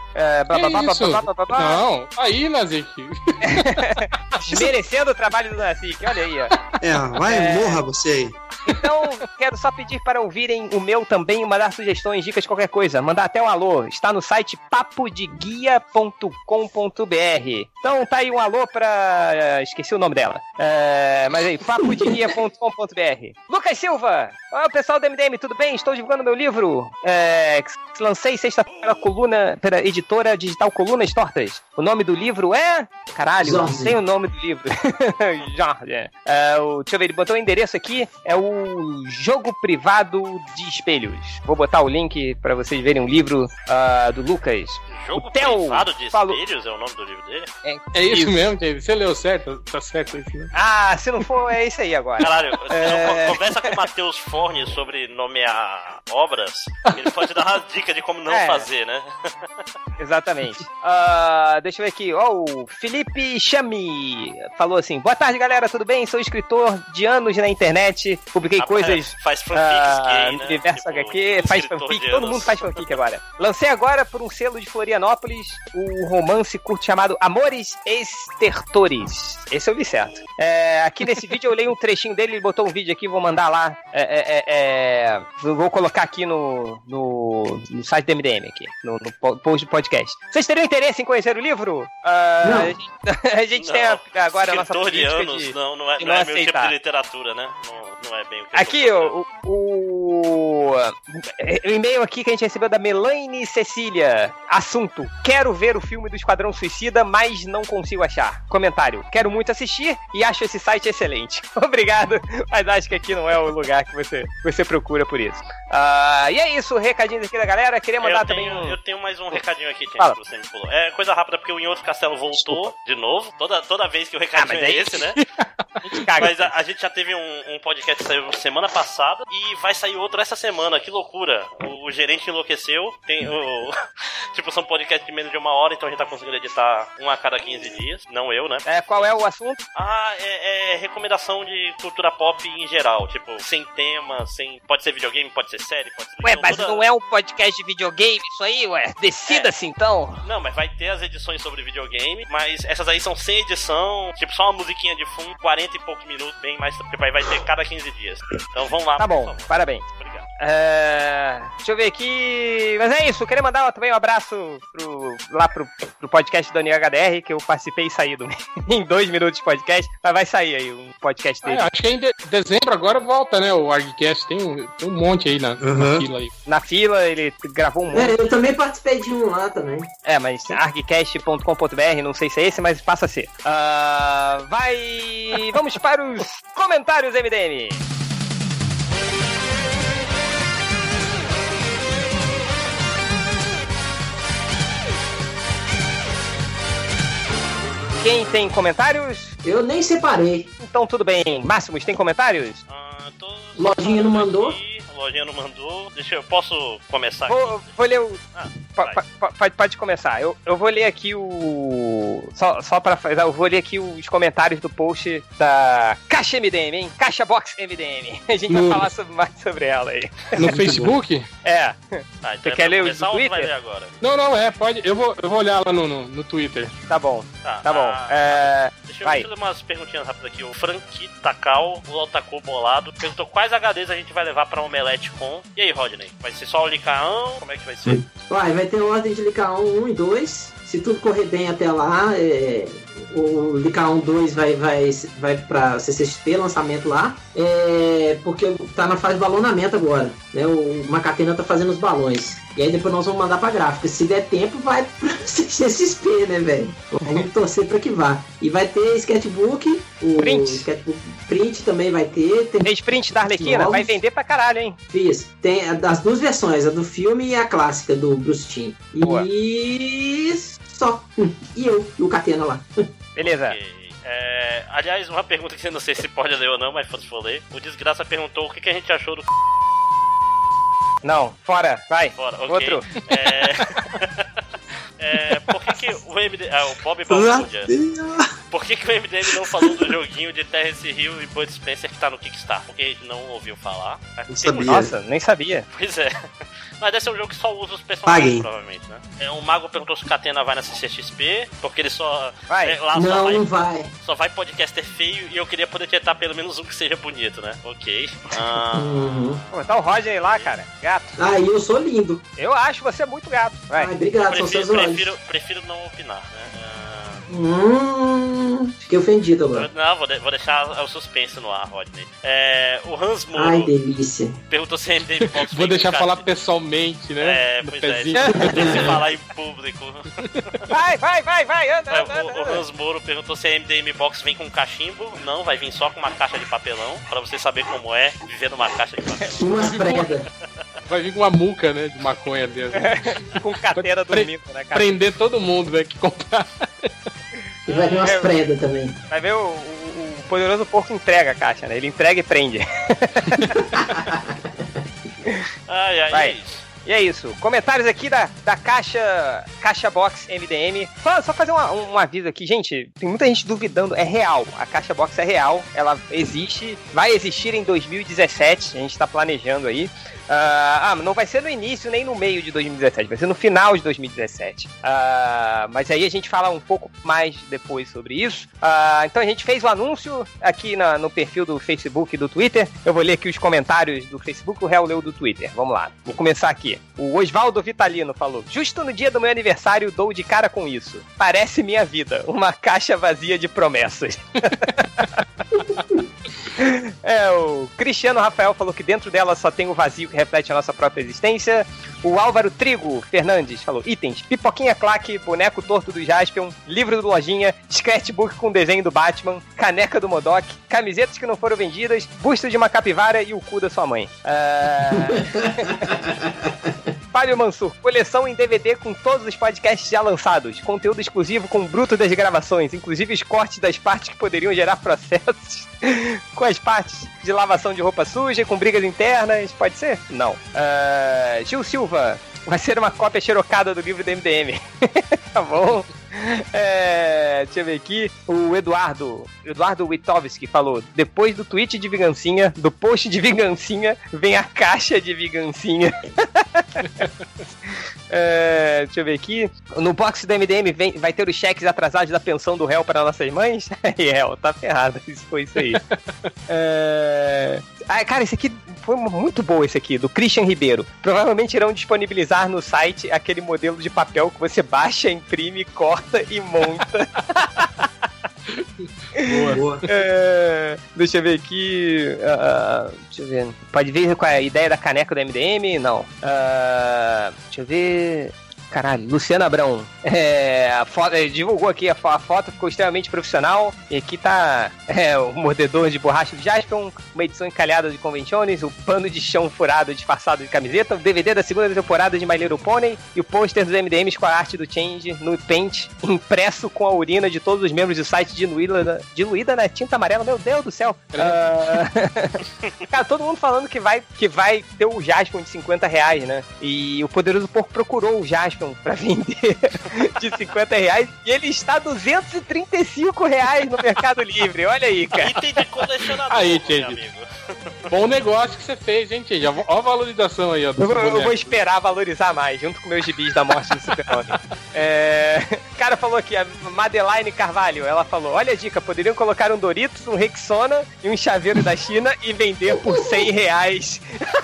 Não, aí, Nazik. Desmerecendo o trabalho do Nazik, olha aí, ó. Morra você aí. Então, quero só pedir para ouvirem o meu também, mandar sugestões, dicas, qualquer coisa. Mandar até um alô. Está no site papodeguia.com.br. Então, tá aí um alô pra... esqueci o nome dela. Mas aí, papodeguia.com.br. Lucas Silva. Olá, pessoal do MDM, tudo bem? Estou divulgando meu livro. Lancei sexta-feira pela editora digital Colunas Tortas. O nome do livro é... Caralho, não sei o nome do livro. Jorge. Deixa eu ver, ele botou o endereço aqui. É o Jogo Privado de Espelhos. Vou botar o link pra vocês verem o livro do Lucas. Jogo Privado de Espelhos é o nome do livro dele? É isso mesmo, David. Você leu certo? Tá certo isso, né? Se não for, é isso aí agora. Caralho, conversa com o Matheus Forne sobre nomear obras. Ele pode dar uma dica de como não fazer, né? Exatamente. Deixa eu ver aqui. O Felipe Chami falou assim: boa tarde, galera, tudo bem? Sou escritor de anos na internet. Publiquei coisas faz fanfics gay, no universo HQ, faz fanfic, todo mundo faz fanfic agora. Lancei agora por um selo de Florianópolis Florianópolis, o romance curto chamado Amores Estertores. Esse eu li certo. Aqui nesse vídeo eu leio um trechinho dele, ele botou um vídeo aqui, vou mandar lá. Vou colocar aqui no site do MDM, aqui, no post do podcast. Vocês teriam interesse em conhecer o livro? A gente tem agora a nossa política de não é meu tipo de literatura, né? Não é bem o que aqui, o e-mail aqui que a gente recebeu da Melaine Cecília. Assunto: quero ver o filme do Esquadrão Suicida, mas não consigo achar. Comentário: quero muito assistir e acho esse site excelente. Obrigado, mas acho que aqui não é o lugar que você procura por isso. E é isso, recadinhos aqui da galera. Queria mandar Eu tenho mais um recadinho aqui, que você me falou. É coisa rápida, porque o Em Outro Castelo voltou de novo. Toda vez que o recadinho é esse, né? Mas a gente já teve um podcast que saiu semana passada e vai sair outro essa semana. Que loucura. O gerente enlouqueceu. São podcasts de menos de 1 hora, então a gente tá conseguindo editar um a cada 15 dias. Não eu, né? Qual é o assunto? É recomendação de cultura pop em geral. Sem tema, pode ser videogame, pode ser série, pode ser... Ué, mas não é um podcast de videogame isso aí, ué? Decida-se então. Não, mas vai ter as edições sobre videogame, mas essas aí são sem edição, só uma musiquinha de fundo, 40 e poucos minutos, bem mais, vai ter cada 15 dias. Então vamos lá. Tá bom, parabéns. Obrigado. Deixa eu ver aqui. Mas é isso, eu queria mandar também um abraço pro podcast do NHDR, que eu participei e saí em 2 minutos de podcast, mas vai sair aí um podcast dele. Acho que em dezembro agora volta, né? O ArgCast tem um monte aí na fila aí. Na fila, ele gravou um monte. Eu também participei de um lá também. Mas argcast.com.br, não sei se é esse, mas passa a ser. Vamos para os comentários, MDM. Quem tem comentários? Eu nem separei. Então tudo bem. Máximos, tem comentários? Lojinha não mandou? Lojinha não mandou. Posso começar aqui? Vou ler o... Pode começar. Eu vou ler aqui o... Só pra fazer... Eu vou ler aqui os comentários do post da Caixa MDM, hein? Caixa Box MDM. A gente vai falar mais sobre ela aí. No Facebook? Então você quer ler o Twitter? Vai ler agora? Não, pode. Eu vou olhar lá no Twitter. Tá bom. Tá bom. Deixa eu ler umas perguntinhas rápidas aqui. O Frank Takal, o Otaku Bolado, perguntou quais HDs a gente vai levar pra Omelete com. E aí, Rodney? Vai ser só o Licaão? Como é que vai ser? Vai ter ordem de Licaão 1 e 2. Se tudo correr bem até lá, o Licaão 2 vai pra CCXP, lançamento lá. Porque tá na fase de balonamento agora, né? O Macatena tá fazendo os balões. E aí depois nós vamos mandar pra gráfica. Se der tempo, vai pra CCXP, né, velho? Vamos torcer pra que vá. E vai ter sketchbook. Print. Sketchbook print também vai ter. Tem sprint da Arlequina? Vai vender pra caralho, hein? Isso. Tem as 2 versões, a do filme e a clássica do Bruce Timm. E só. E eu, e o Catena lá. Beleza. Okay. Aliás, uma pergunta que eu não sei se pode ler ou não, mas se for ler. O Desgraça perguntou o que a gente achou do... Não, fora, vai. Fora, okay. Outro. Por que o MDM... o Bob Balbúrdia. Por que o MDM não falou do joguinho de Terence Hill e Bud Spencer que tá no Kickstarter? Porque a gente não ouviu falar. Nossa, nem sabia. Pois é. Mas deve ser um jogo que só usa os personagens, provavelmente, né? O Mago perguntou se o Catena vai na CCXP, porque ele só... Vai. Não vai. Só vai podcaster feio e eu queria poder tentar pelo menos um que seja bonito, né? Ok. Pô, tá o Roger aí lá, cara. Gato. E eu sou lindo. Eu acho você muito gato. Vai. Obrigado, são seus olhos. Prefiro não opinar, né? Fiquei ofendido agora. Não, vou deixar o suspense no ar, Rodney. O Hans Moro... Ai, delícia. Perguntou se a MDM Box... Vou deixar falar pessoalmente, né? Pois tem que falar em público. Vai, anda. O Hans Moro perguntou se a MDM Box vem com cachimbo. Não, vai vir só com uma caixa de papelão, pra você saber como é viver numa caixa de papelão. Umas prendas. Vai vir com uma muca, né, de maconha dentro. Com carteira dormindo, né, cara? Prender todo mundo, né, que comprar. E vai vir umas prendas também. Vai ver o poderoso porco entrega a caixa, né? Ele entrega e prende. Ai, é isso. E é isso. Comentários aqui da Caixa Box MDM. Só fazer um aviso aqui, gente. Tem muita gente duvidando. É real. A Caixa Box é real. Ela existe. Vai existir em 2017. A gente tá planejando aí. Não vai ser no início nem no meio de 2017, vai ser no final de 2017. Mas aí a gente fala um pouco mais depois sobre isso. Então a gente fez o anúncio aqui no perfil do Facebook e do Twitter. Eu vou ler aqui os comentários do Facebook, o réu leu do Twitter. Vamos lá, vou começar aqui. O Osvaldo Vitalino falou: justo no dia do meu aniversário dou de cara com isso. Parece minha vida, uma caixa vazia de promessas. O Cristiano Rafael falou que dentro dela só tem o vazio que reflete a nossa própria existência. O Álvaro Trigo Fernandes falou: itens, pipoquinha claque, boneco torto do Jaspion, livro do Lojinha, sketchbook com desenho do Batman, caneca do Modok, camisetas que não foram vendidas, busto de uma capivara e o cu da sua mãe. Fábio Mansur, coleção em DVD com todos os podcasts já lançados, conteúdo exclusivo com o bruto das gravações, inclusive os cortes das partes que poderiam gerar processos, com as partes de lavação de roupa suja, com brigas internas, pode ser? Não. Gil Silva, vai ser uma cópia xerocada do livro do MDM. Tá bom. Deixa eu ver aqui. O Eduardo Witovski falou: depois do tweet de vingancinha, do post de vingancinha, vem a caixa de vingancinha. Deixa eu ver aqui. No box do MDM vai ter os cheques atrasados da pensão do réu para nossas mães? Réu, tá ferrado. Isso foi isso aí. Cara, esse aqui foi muito bom, esse aqui, do Christian Ribeiro. Provavelmente irão disponibilizar no site aquele modelo de papel que você baixa, imprime, corta e monta. Boa. Deixa eu ver aqui. Deixa eu ver. Pode ver qual é a ideia da caneca do MDM? Não. Deixa eu ver. Caralho, Luciano Abrão. Divulgou aqui a foto, ficou extremamente profissional. E aqui tá o mordedor de borracha do Jaspion, uma edição encalhada de Conventiones, o pano de chão furado disfarçado de camiseta, o DVD da segunda temporada de My Little Pony e o pôster dos MDMs com a arte do Change no Paint, impresso com a urina de todos os membros do site diluída na tinta amarela. Meu Deus do céu. Cara, todo mundo falando que vai ter o Jaspion de R$50, né? E o Poderoso Porco procurou o Jaspion pra vender de R$50 e ele está R$235 no Mercado Livre. Olha aí, cara. Item de colecionador, aí, meu amigo. Bom negócio que você fez, hein, Change? Olha a valorização aí, ó. Eu vou esperar valorizar mais, junto com meus gibis da morte do Super-Homem. O cara falou aqui, a Madeline Carvalho, ela falou: olha a dica, poderiam colocar um Doritos, um Rexona e um chaveiro da China e vender por R$100.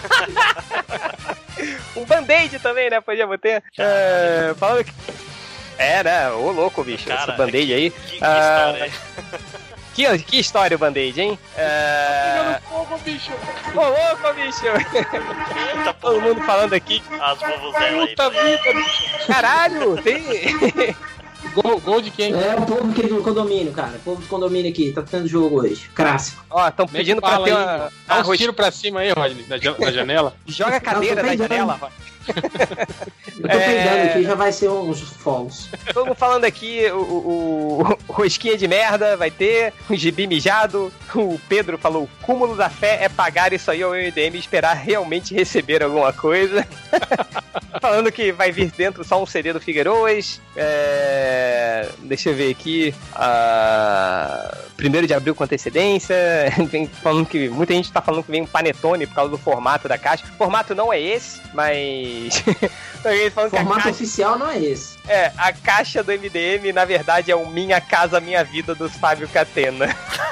Um Band-Aid também, né? Podia botar. Falando que... né? Ô, louco, bicho. Cara, esse Band-Aid aí. Que história aí. Que história o Band-Aid, hein? Pegando fogo, bicho. Ô, louco, bicho. Eita, todo mundo falando aqui. As vovozelas aí. Puta vida, bicho. Caralho, tem... Gol de quem? É o povo aqui do condomínio, cara. O povo do condomínio aqui, tá tendo jogo hoje. Clássico. Ó, estão pedindo pra ter uma... Dá uns tiros pra cima aí, Rodney, na janela. Joga a cadeira da janela, Rodney. Eu tô peidando aqui, já vai ser uns fogos. Todo mundo falando aqui, o rosquinha de merda vai ter, o gibi mijado. O Pedro falou: o cúmulo da fé é pagar isso aí ao MDM e esperar realmente receber alguma coisa. Falando que vai vir dentro só um CD do Figueiroas. Deixa eu ver aqui. 1º de abril com antecedência. Vem falando que muita gente tá falando que vem um panetone por causa do formato da caixa. O formato não é esse, mas o formato oficial não é esse. A caixa do MDM, na verdade, é o Minha Casa Minha Vida dos Fábio Catena.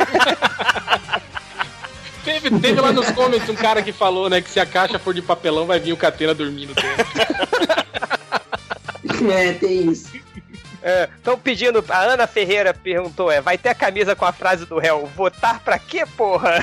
Teve lá nos comments um cara que falou, né, que se a caixa for de papelão vai vir o Catena dormindo dentro. Tem isso. Estão pedindo, a Ana Ferreira perguntou, vai ter a camisa com a frase do réu: votar pra quê, porra?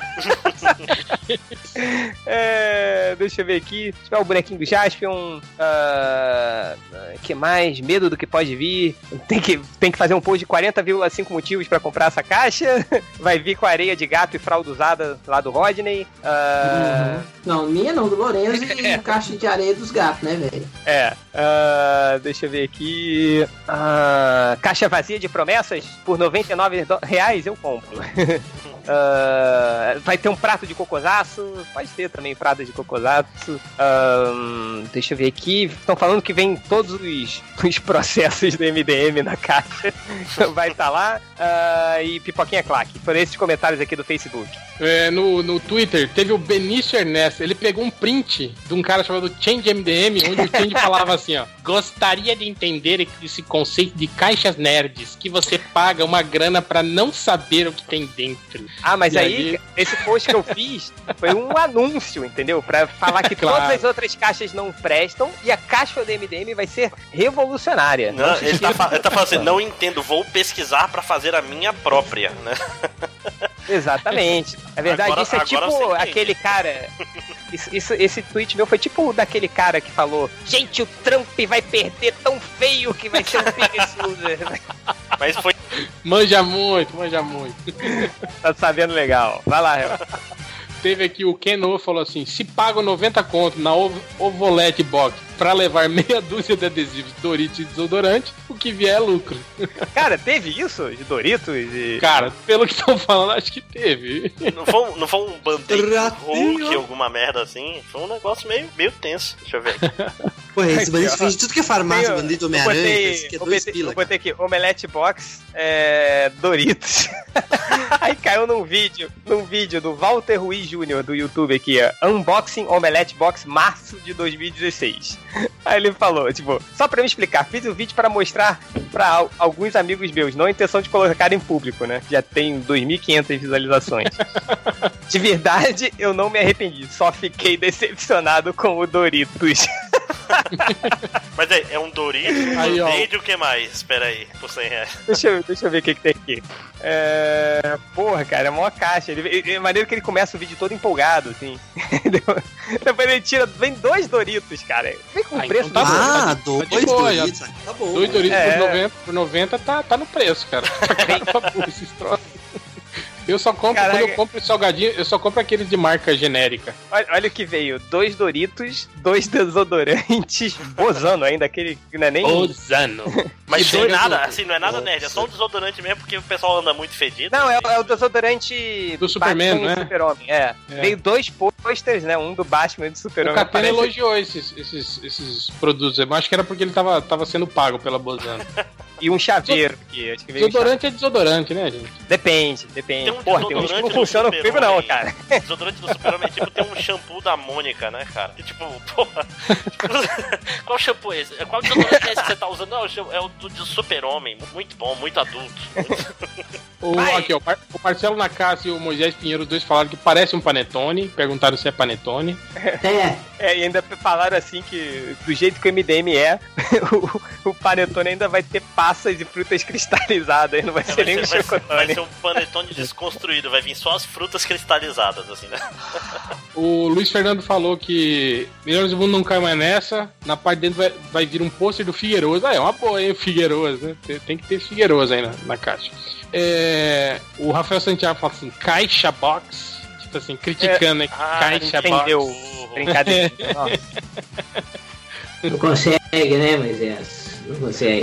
Deixa eu ver aqui. Se tiver o bonequinho do Jaspion, que mais? Medo do que pode vir. Tem que fazer um post de 40,5 motivos pra comprar essa caixa. Vai vir com areia de gato e fralda usada lá do Rodney. Não, minha não, do Lourenço e caixa de areia dos gatos, né, velho? Deixa eu ver aqui. Caixa vazia de promessas por R$99 eu compro. Vai ter um prato de cocôzaço. Pode ter também prato de cocôzaço. Deixa eu ver aqui. Estão falando que vem todos os processos do MDM na caixa. Vai estar lá. E pipoquinha claque. Foram esses comentários aqui do Facebook. No Twitter, teve o Benício Ernesto. Ele pegou um print de um cara chamado Change MDM, onde o Change falava assim, ó: gostaria de entender esse conceito de caixas nerds, que você paga uma grana pra não saber o que tem dentro. Mas aí, esse post que eu fiz foi um anúncio, entendeu? Pra falar que Claro. todas as outras caixas não prestam e a caixa do MDM vai ser revolucionária. Não, ele tá falando assim, não entendo, vou pesquisar pra fazer a minha própria, né? Exatamente. Na verdade, Agora- isso é agora tipo você aquele cara. Esse tweet meu foi tipo daquele cara que falou: gente, o Trump vai perder tão feio que vai ser um pegasus. Mas foi. Manja muito. Tá sabendo legal. Vai lá, Real. Teve aqui o Keno falou assim: se pago 90 conto na Ovolete Box pra levar meia dúzia de adesivos Doritos e desodorante, o que vier é lucro. Cara, teve isso? De Doritos? E... Cara, pelo que estão falando, acho que teve. Não foi um band-aid Ratinho. Hulk, alguma merda assim? Foi um negócio meio tenso. Deixa eu ver. Porra, esse bandido fez tudo que é farmácia, Eu bandido Homem-Aranha, esse aqui é 2 pila. Eu botei aqui, Omelete Box, Doritos. Aí caiu num vídeo do Walter Ruiz Jr. do YouTube aqui, ó, Unboxing Omelete Box março de 2016. Aí ele falou, tipo, só pra me explicar, fiz o vídeo pra mostrar pra alguns amigos meus, não a intenção de colocar em público, né? Já tem 2.500 visualizações. De verdade, eu não me arrependi, só fiquei decepcionado com o Doritos. Mas é um Doritos, um Aí, ó. band-aid e o que mais? Espera aí, por 100 reais. Deixa eu ver o que tem aqui. Porra, cara, é uma caixa. É maneiro que ele começa o vídeo todo empolgado, assim. Depois ele tira. Vem 2 Doritos, cara. Vem com preço então tá de bom. Ah, Tá de 2 boa, Doritos. Tá bom. 2 Doritos É. por 90 tá no preço, cara. Acabou esses troços. Eu só compro, Caraca. quando eu compro salgadinho, eu só compro aqueles de marca genérica. Olha o que veio: 2 Doritos, 2 desodorantes, Bozano ainda, aquele que não é nem. Ozano. Mas Que não é doido. nada, assim, não é nada nerd, é só um desodorante mesmo, porque o pessoal anda muito fedido. Não, é o desodorante Do Superman, Batman e né? Super-Homem. É. Veio 2 posters, né? Um do Batman e do O Super-Homem. Catena Parece- elogiou esses produtos. Eu acho que era porque ele tava sendo pago pela Bozano. E um chaveiro aqui. Acho que veio um Desodorante é desodorante, né, gente? Depende. Tem um Porra, tem uns que não desodorante do funcionam comigo não, Super-Homem. cara. O desodorante do Super-Homem é tipo, tem um shampoo da Mônica, né, cara? Que tipo, porra. Qual shampoo é esse? Qual desodorante é esse que você tá usando? Não, é o do Super-Homem. Muito bom, muito adulto. Aqui, ó, o Marcelo Nakassi e o Moisés Pinheiro, os dois falaram que parece um panetone. Perguntaram se é panetone. E ainda falaram assim que do jeito que o MDM é, o panetone ainda vai ter passas e frutas cristalizadas, não vai ser nem um vai chocotone. ser um panetone desconstruído, vai vir só as frutas cristalizadas, assim, né? O Luiz Fernando falou que Melhores do Mundo não cai mais nessa. Na parte de dentro vai vir um pôster do Figueiroso. É uma boa, hein, o Figueiroso, né? Tem que ter Figueiroso aí na caixa. O Rafael Santiago fala assim, caixa box. Tipo assim, criticando, né? Caixa entendeu. box. Brincadeira. Nossa. Não consegue, né, Moisés? Não consegue.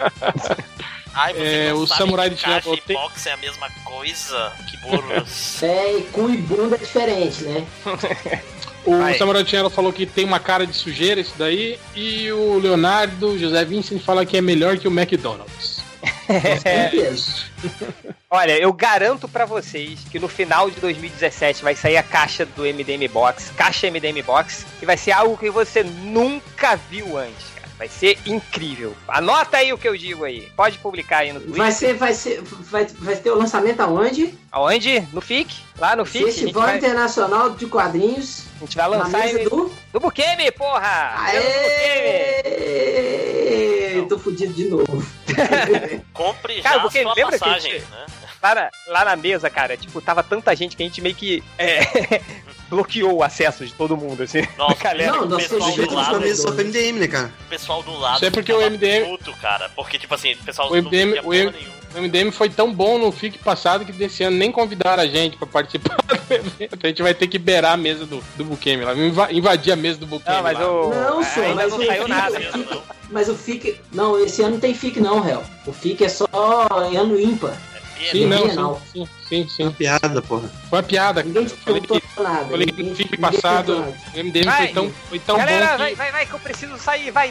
Ai, você não o sabe Samurai que de Chinelo caixa e tem- box é a mesma coisa? Que burros. E cu e bunda é diferente, né? O Vai. Samurai Chinelo falou que tem uma cara de sujeira isso daí. E o Leonardo José Vincent fala que é melhor que o McDonald's. Certeza. Olha, eu garanto pra vocês que no final de 2017 vai sair a caixa do MDM Box, caixa MDM Box, que vai ser algo que você nunca viu antes, cara. Vai ser incrível. Anota aí o que eu digo aí. Pode publicar aí no Twitter. Vai ter o lançamento aonde? Aonde? No FIC? Lá no FIC? A gente Festival vai, Internacional de Quadrinhos. a gente vai Na lançar mesa ele do... do Bukemi, porra! Eu do Bukemi. Aê! Tô fudido de novo. Compre Cara, já a porque sua lembra que a passagem, gente- né? Lá na mesa, cara, tipo, tava tanta gente que a gente meio que bloqueou o acesso de todo mundo, assim. Nossa, Galera, Não, o nós pessoal fomos do Chegamos na lado, mesa só pra MDM, né, cara? o pessoal do lado Isso é porque o ficava MDM puto, cara. Porque, tipo assim, o pessoal O não MDM via porra nenhuma. O MDM foi tão bom no FIC passado que desse ano nem convidaram a gente pra participar do evento. A gente vai ter que beirar a mesa do Bukemi lá. Invadir a mesa do Bukemi Não, mas lá. o... Não, senhor, ainda mas não o saiu FIC, nada. Mas o FIC... Não, esse ano não tem FIC não, réu. O FIC é só em ano ímpar. Sim, Bienal. sim. Uma piada, porra. Foi uma piada. Ninguém te perguntou nada. Falei que no filme passado o MDM foi tão Galera, bom que... vai, que eu preciso sair. Vai.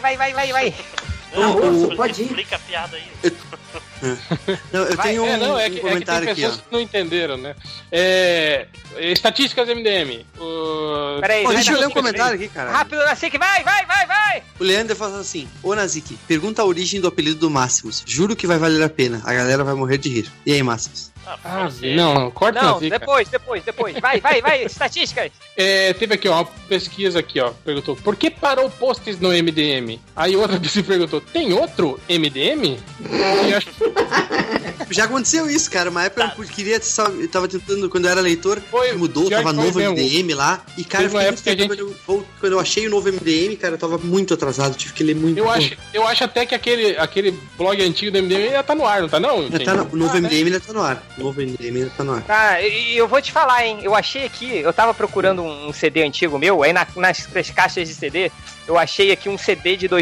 Pode ir. Explica a piada aí. Não, eu tenho é um que comentário tem aqui, pessoas ó. que não entenderam, né? Estatísticas MDM. Peraí, Pô, deixa eu ler um dar- comentário aqui, cara. Rápido, Nazik, vai! O Leandro fala assim: Ô Nazik, pergunta a origem do apelido do Máximos. Juro que vai valer a pena. A galera vai morrer de rir. E aí, Máximos? Não, corta Não, assim, depois. Vai, estatísticas. Teve aqui, ó, uma pesquisa aqui, ó. Perguntou, por que parou posts no MDM? Aí outra se perguntou, tem outro MDM? E eu acho Já aconteceu isso, cara. Uma época eu queria. Eu tava tentando, quando eu era leitor, Foi, mudou, pior tava que foi novo mesmo. MDM lá. E, cara, Teve uma fiquei muito época tempo, quando eu achei o novo MDM, cara, eu tava muito atrasado. Tive que ler muito. eu acho até que aquele blog antigo do MDM ainda tá no ar, não tá não? Já tá o novo MDM ainda tá no ar. O novo MDM ainda tá no ar. Ah, e eu vou te falar, hein? Eu achei aqui, eu tava procurando um CD antigo meu, aí nas caixas de CD, eu achei aqui um CD de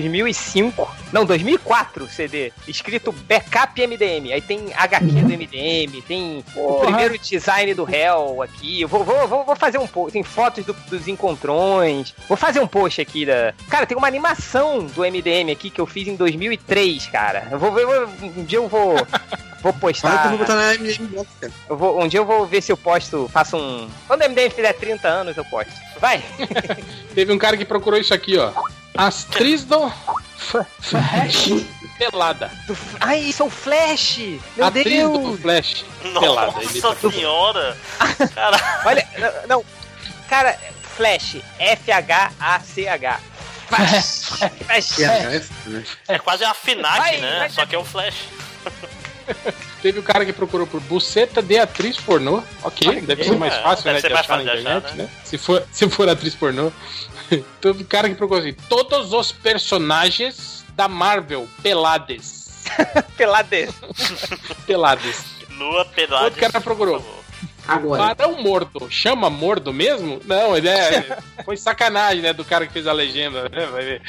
2004 CD, escrito Backup MDM. Aí tem HQ do MDM, tem o primeiro design do Hell aqui. Eu vou fazer um post, tem fotos dos encontrões. Vou fazer um post aqui da... Cara, tem uma animação do MDM aqui que eu fiz em 2003, cara. Um dia eu vou postar. Fala que eu vou botar na MDM Box, cara. Um dia eu vou ver se eu posto, faço um... Quando o MDM fizer 30 anos, eu posto. Vai! Teve um cara que procurou isso aqui, ó. Atriz do Flash pelada. Ai, isso é o Flash! Meu Atriz Deus! do Flash pelada. Nossa senhora! Cara, Olha, não. Cara, Flash. F-H-A-C-H. Flash. é quase a FNAC, Vai, né? vai. Só que é o Flash. Teve o cara que procurou por buceta de atriz pornô. Ok, deve ser mais fácil, deve né, ser de mais achar na fácil de internet, achar, né? Se for atriz pornô. Teve o cara que procurou assim, todos os personagens da Marvel pelades. Pelades. Nua, pelada. Outro cara procurou. Agora. Barão Mordo. Chama Mordo mesmo? Não, ele foi sacanagem, né? Do cara que fez a legenda, né? Vai ver.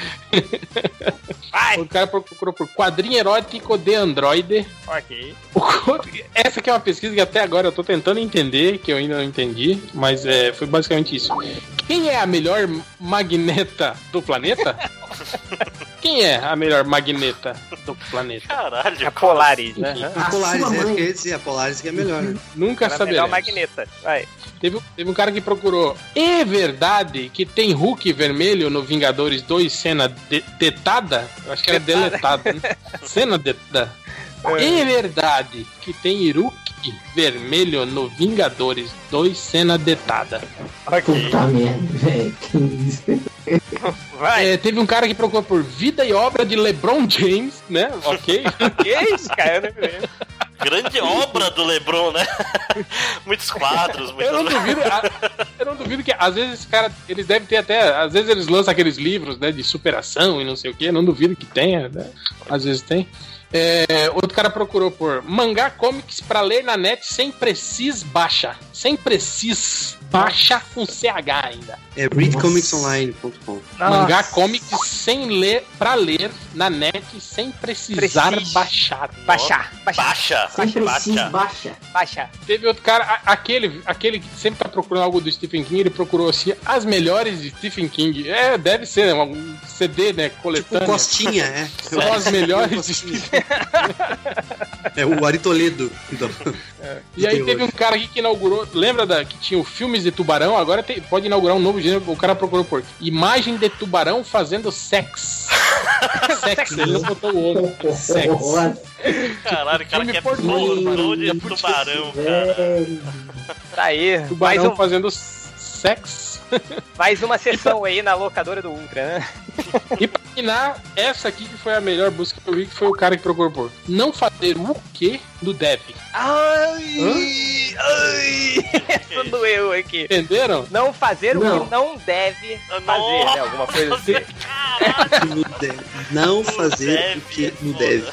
O cara procurou por quadrinho erótico de Android. Ok. Essa aqui é uma pesquisa que até agora eu tô tentando entender, que eu ainda não entendi, mas foi basicamente isso. Quem é a melhor magneta do planeta? Quem é a melhor magneta do planeta? Caralho. A Polaris, né? A Polaris, quer dizer, a Polaris que é melhor, né? Nunca Melhor saberemos. magneta. Vai. Teve um cara que procurou. É verdade que tem Hulk vermelho no Vingadores 2 cena detada? Eu acho que era deletada, né? Cena detada. É verdade que tem Hulk vermelho no Vingadores 2 cena detada. Puta merda, velho. Que isso? Vai. Teve um cara que procurou por vida e obra de LeBron James, né? Ok. Que isso, cara? Eu não lembro. Grande obra do LeBron, né? Muitos quadros, muitas... Eu não duvido que às vezes esses caras, eles devem ter até, às vezes eles lançam aqueles livros, né, de superação e não sei o que, não duvido que tenha, né? Às vezes tem. Outro cara procurou por mangá comics pra ler na net sem precis baixa. Sem precis baixa com CH ainda. É readcomicsonline.com. Mangá comics sem ler pra ler na net sem precisar baixar. Baixar. Sem preciso, baixa. Teve outro cara, aquele que sempre tá procurando algo do Stephen King, ele procurou assim, as melhores de Stephen King. Deve ser, né, um CD, né, coletânea. Tipo Costinha, São as melhores de Stephen. É o Ari Toledo. E aí teve um cara aqui que inaugurou, lembra que tinha o filmes de tubarão, agora pode inaugurar um novo gênero, o cara procurou por imagem de tubarão fazendo sex. Sex, ele não botou o outro. Sex. Caralho, o cara quer pornô de tubarão, cara. Tá aí. Tubarão fazendo sex. Mais uma sessão aí na locadora do Ultra, né? E pra terminar, essa aqui que foi a melhor busca que eu vi, que foi o cara que procurou por não fazer o quê do Dev. Ai! Essa doeu aqui. Entenderam? Não fazer o que não deve fazer, né? Alguma coisa assim. Não fazer o que não deve.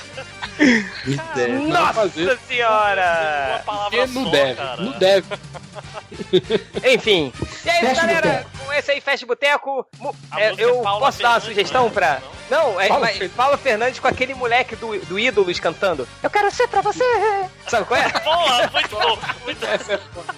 Nossa senhora! Uma palavra não só, deve. cara. Não deve. Enfim. E aí, Fecha galera, com isso aí, Festa de Boteco. música Eu é Paula posso dar uma Fernandes, sugestão né? pra... Não, Paula Fernandes com aquele moleque do Ídolos cantando. Eu quero ser pra você. Sabe qual é? Porra, muito bom. Muito Essa é foda.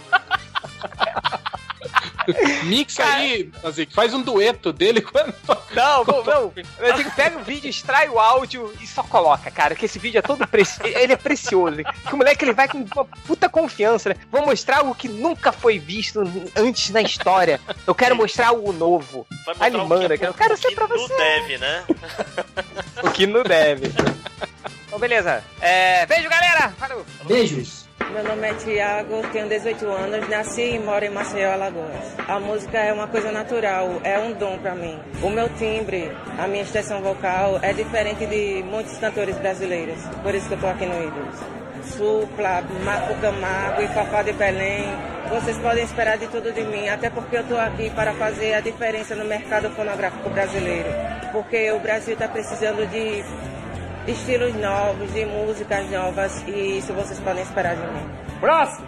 Mixa aí, assim, faz um dueto dele quando... Não. Eu digo, pega o vídeo, extrai o áudio e só coloca, cara, que esse vídeo é todo ele é precioso. Que o moleque, ele vai com uma puta confiança, né? Vou mostrar algo que nunca foi visto antes na história. Eu quero mostrar algo novo. Aí ele manda, eu quero ser pra você. O que não deve, né? O que não deve. Então, beleza. Beijo, galera. Falou. Beijos. Meu nome é Tiago, tenho 18 anos, nasci e moro em Maceió, Alagoas. A música é uma coisa natural, é um dom pra mim. O meu timbre, a minha expressão vocal é diferente de muitos cantores brasileiros, por isso que eu tô aqui no Ídolos. Supla, Marco Camargo e Fafá de Belém, vocês podem esperar de tudo de mim, até porque eu tô aqui para fazer a diferença no mercado fonográfico brasileiro. Porque o Brasil tá precisando de estilos novos, de músicas novas, e isso vocês podem esperar de mim. Próximo!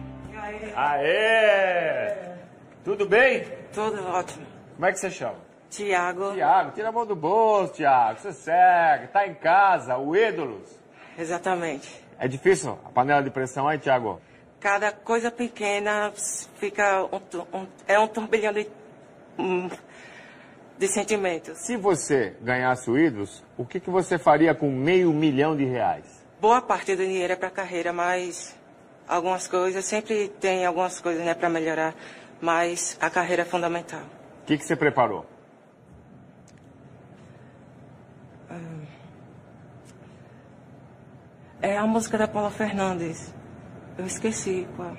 Aê! Tudo bem? Tudo ótimo. Como é que você chama? Tiago. Tiago, tira a mão do bolso, Tiago. Sossega, tá em casa, o Ídolos. Exatamente. É difícil a panela de pressão aí, Tiago? Cada coisa pequena fica um turbilhão de sentimentos. Se você ganhasse o Ídolos, o que você faria com R$500 mil? Boa parte do dinheiro é para carreira, mas algumas coisas, sempre tem algumas coisas, né, para melhorar, mas a carreira é fundamental. O que você preparou? É a música da Paula Fernandes. Eu esqueci qual.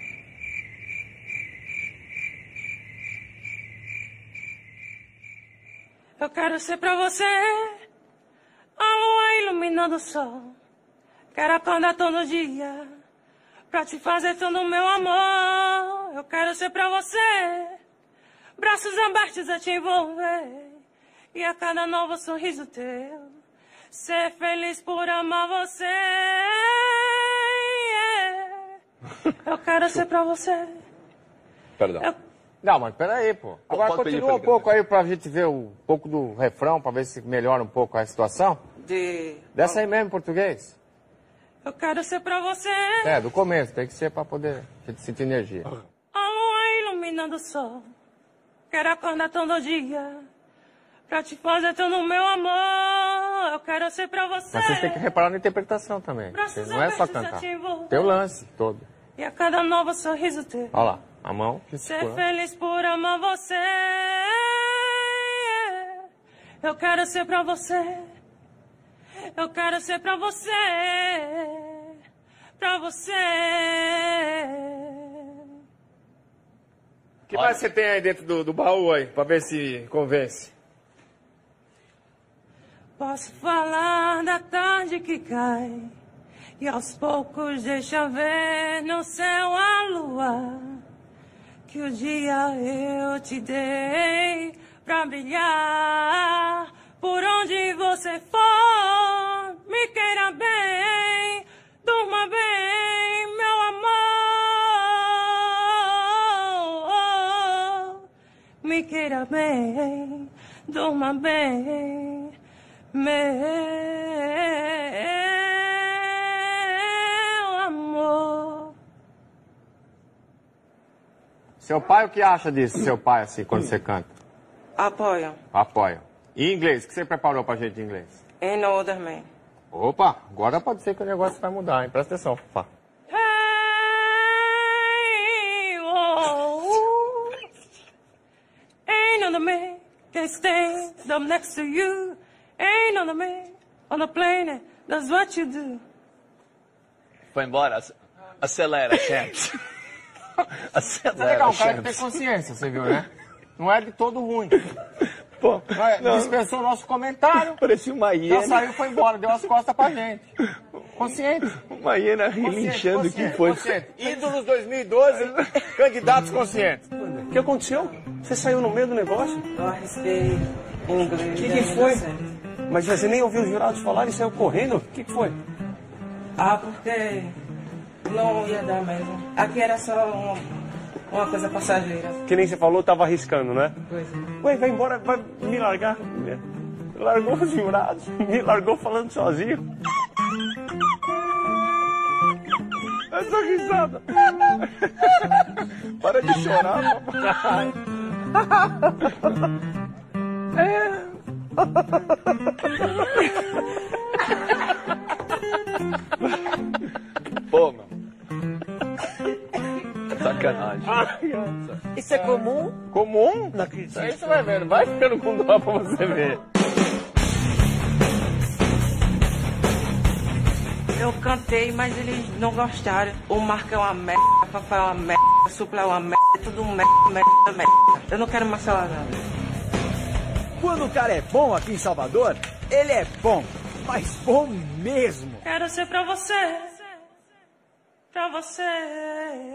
Eu quero ser pra você a lua iluminando o sol. Quero acordar todo dia pra te fazer todo meu amor. Eu quero ser pra você braços abertos a te envolver. E a cada novo sorriso teu ser feliz por amar você. Eu quero ser pra você. Perdão. Não, mas peraí, pô. Agora continua um pouco aí pra gente ver um pouco do refrão, pra ver se melhora um pouco a situação. Dessa aí mesmo em português. Eu quero ser pra você. É, do começo, tem que ser pra poder a gente sentir energia. A lua iluminando o sol. Quero acordar todo dia pra te fazer todo o meu amor. Eu quero ser pra você. Mas vocês têm que reparar na interpretação também. Não é só cantar. Tem o lance todo. E a cada novo sorriso teu. Olha lá, a mão. Ser feliz por amar você. Eu quero ser pra você. Eu quero ser pra você. Pra você. O que mais você tem aí dentro do baú aí, pra ver se convence? Posso falar da tarde que cai e aos poucos deixa ver no céu a lua, que o dia eu te dei pra brilhar. Por onde você for, me queira bem, durma bem, meu amor. Me queira bem, durma bem, meu amor. Seu pai, o que acha disso, seu pai, assim, quando você canta? Apoio. Apoia. E inglês? O que você preparou pra gente em inglês? Ain't no other man. Opa, agora pode ser que o negócio vai mudar, hein? Presta atenção, Fafá. Hey, oh, ain't no other man can stand up next to you. Ain't no other man on the planet does what you do. Foi embora. Acelera, Champs. Acelera, É legal, um cara que tem consciência, você viu, né? Não é de todo ruim. Pô, dispensou o nosso comentário. Parecia uma hiena. Já saiu e foi embora, deu as costas pra gente. Consciente. Uma hiena relinchando que foi. Consciente. Ídolos 2012, candidatos conscientes. O que aconteceu? Você saiu no meio do negócio? Eu arrisquei em inglês. O que foi? Mas você nem ouviu os jurados falarem e saiu correndo? O que foi? Ah, porque não ia dar mesmo. Aqui era só uma coisa passageira. Que nem você falou, tava arriscando, né? Pois é. Ué, vai embora, vai me largar. Largou os jurados, me largou falando sozinho. Essa risada. Para de chorar, papai. Pô, meu. Sacanagem. Isso é comum? Comum? Não acredito. Aí você vai vendo, vai ficando com dó pra você ver. Eu cantei, mas eles não gostaram. O Marco é uma merda, o Papai é uma merda, o Supla é uma merda, tudo merda. Eu não quero mais falar nada. Quando o cara é bom aqui em Salvador, ele é bom, mas bom mesmo. Quero ser pra você, pra você.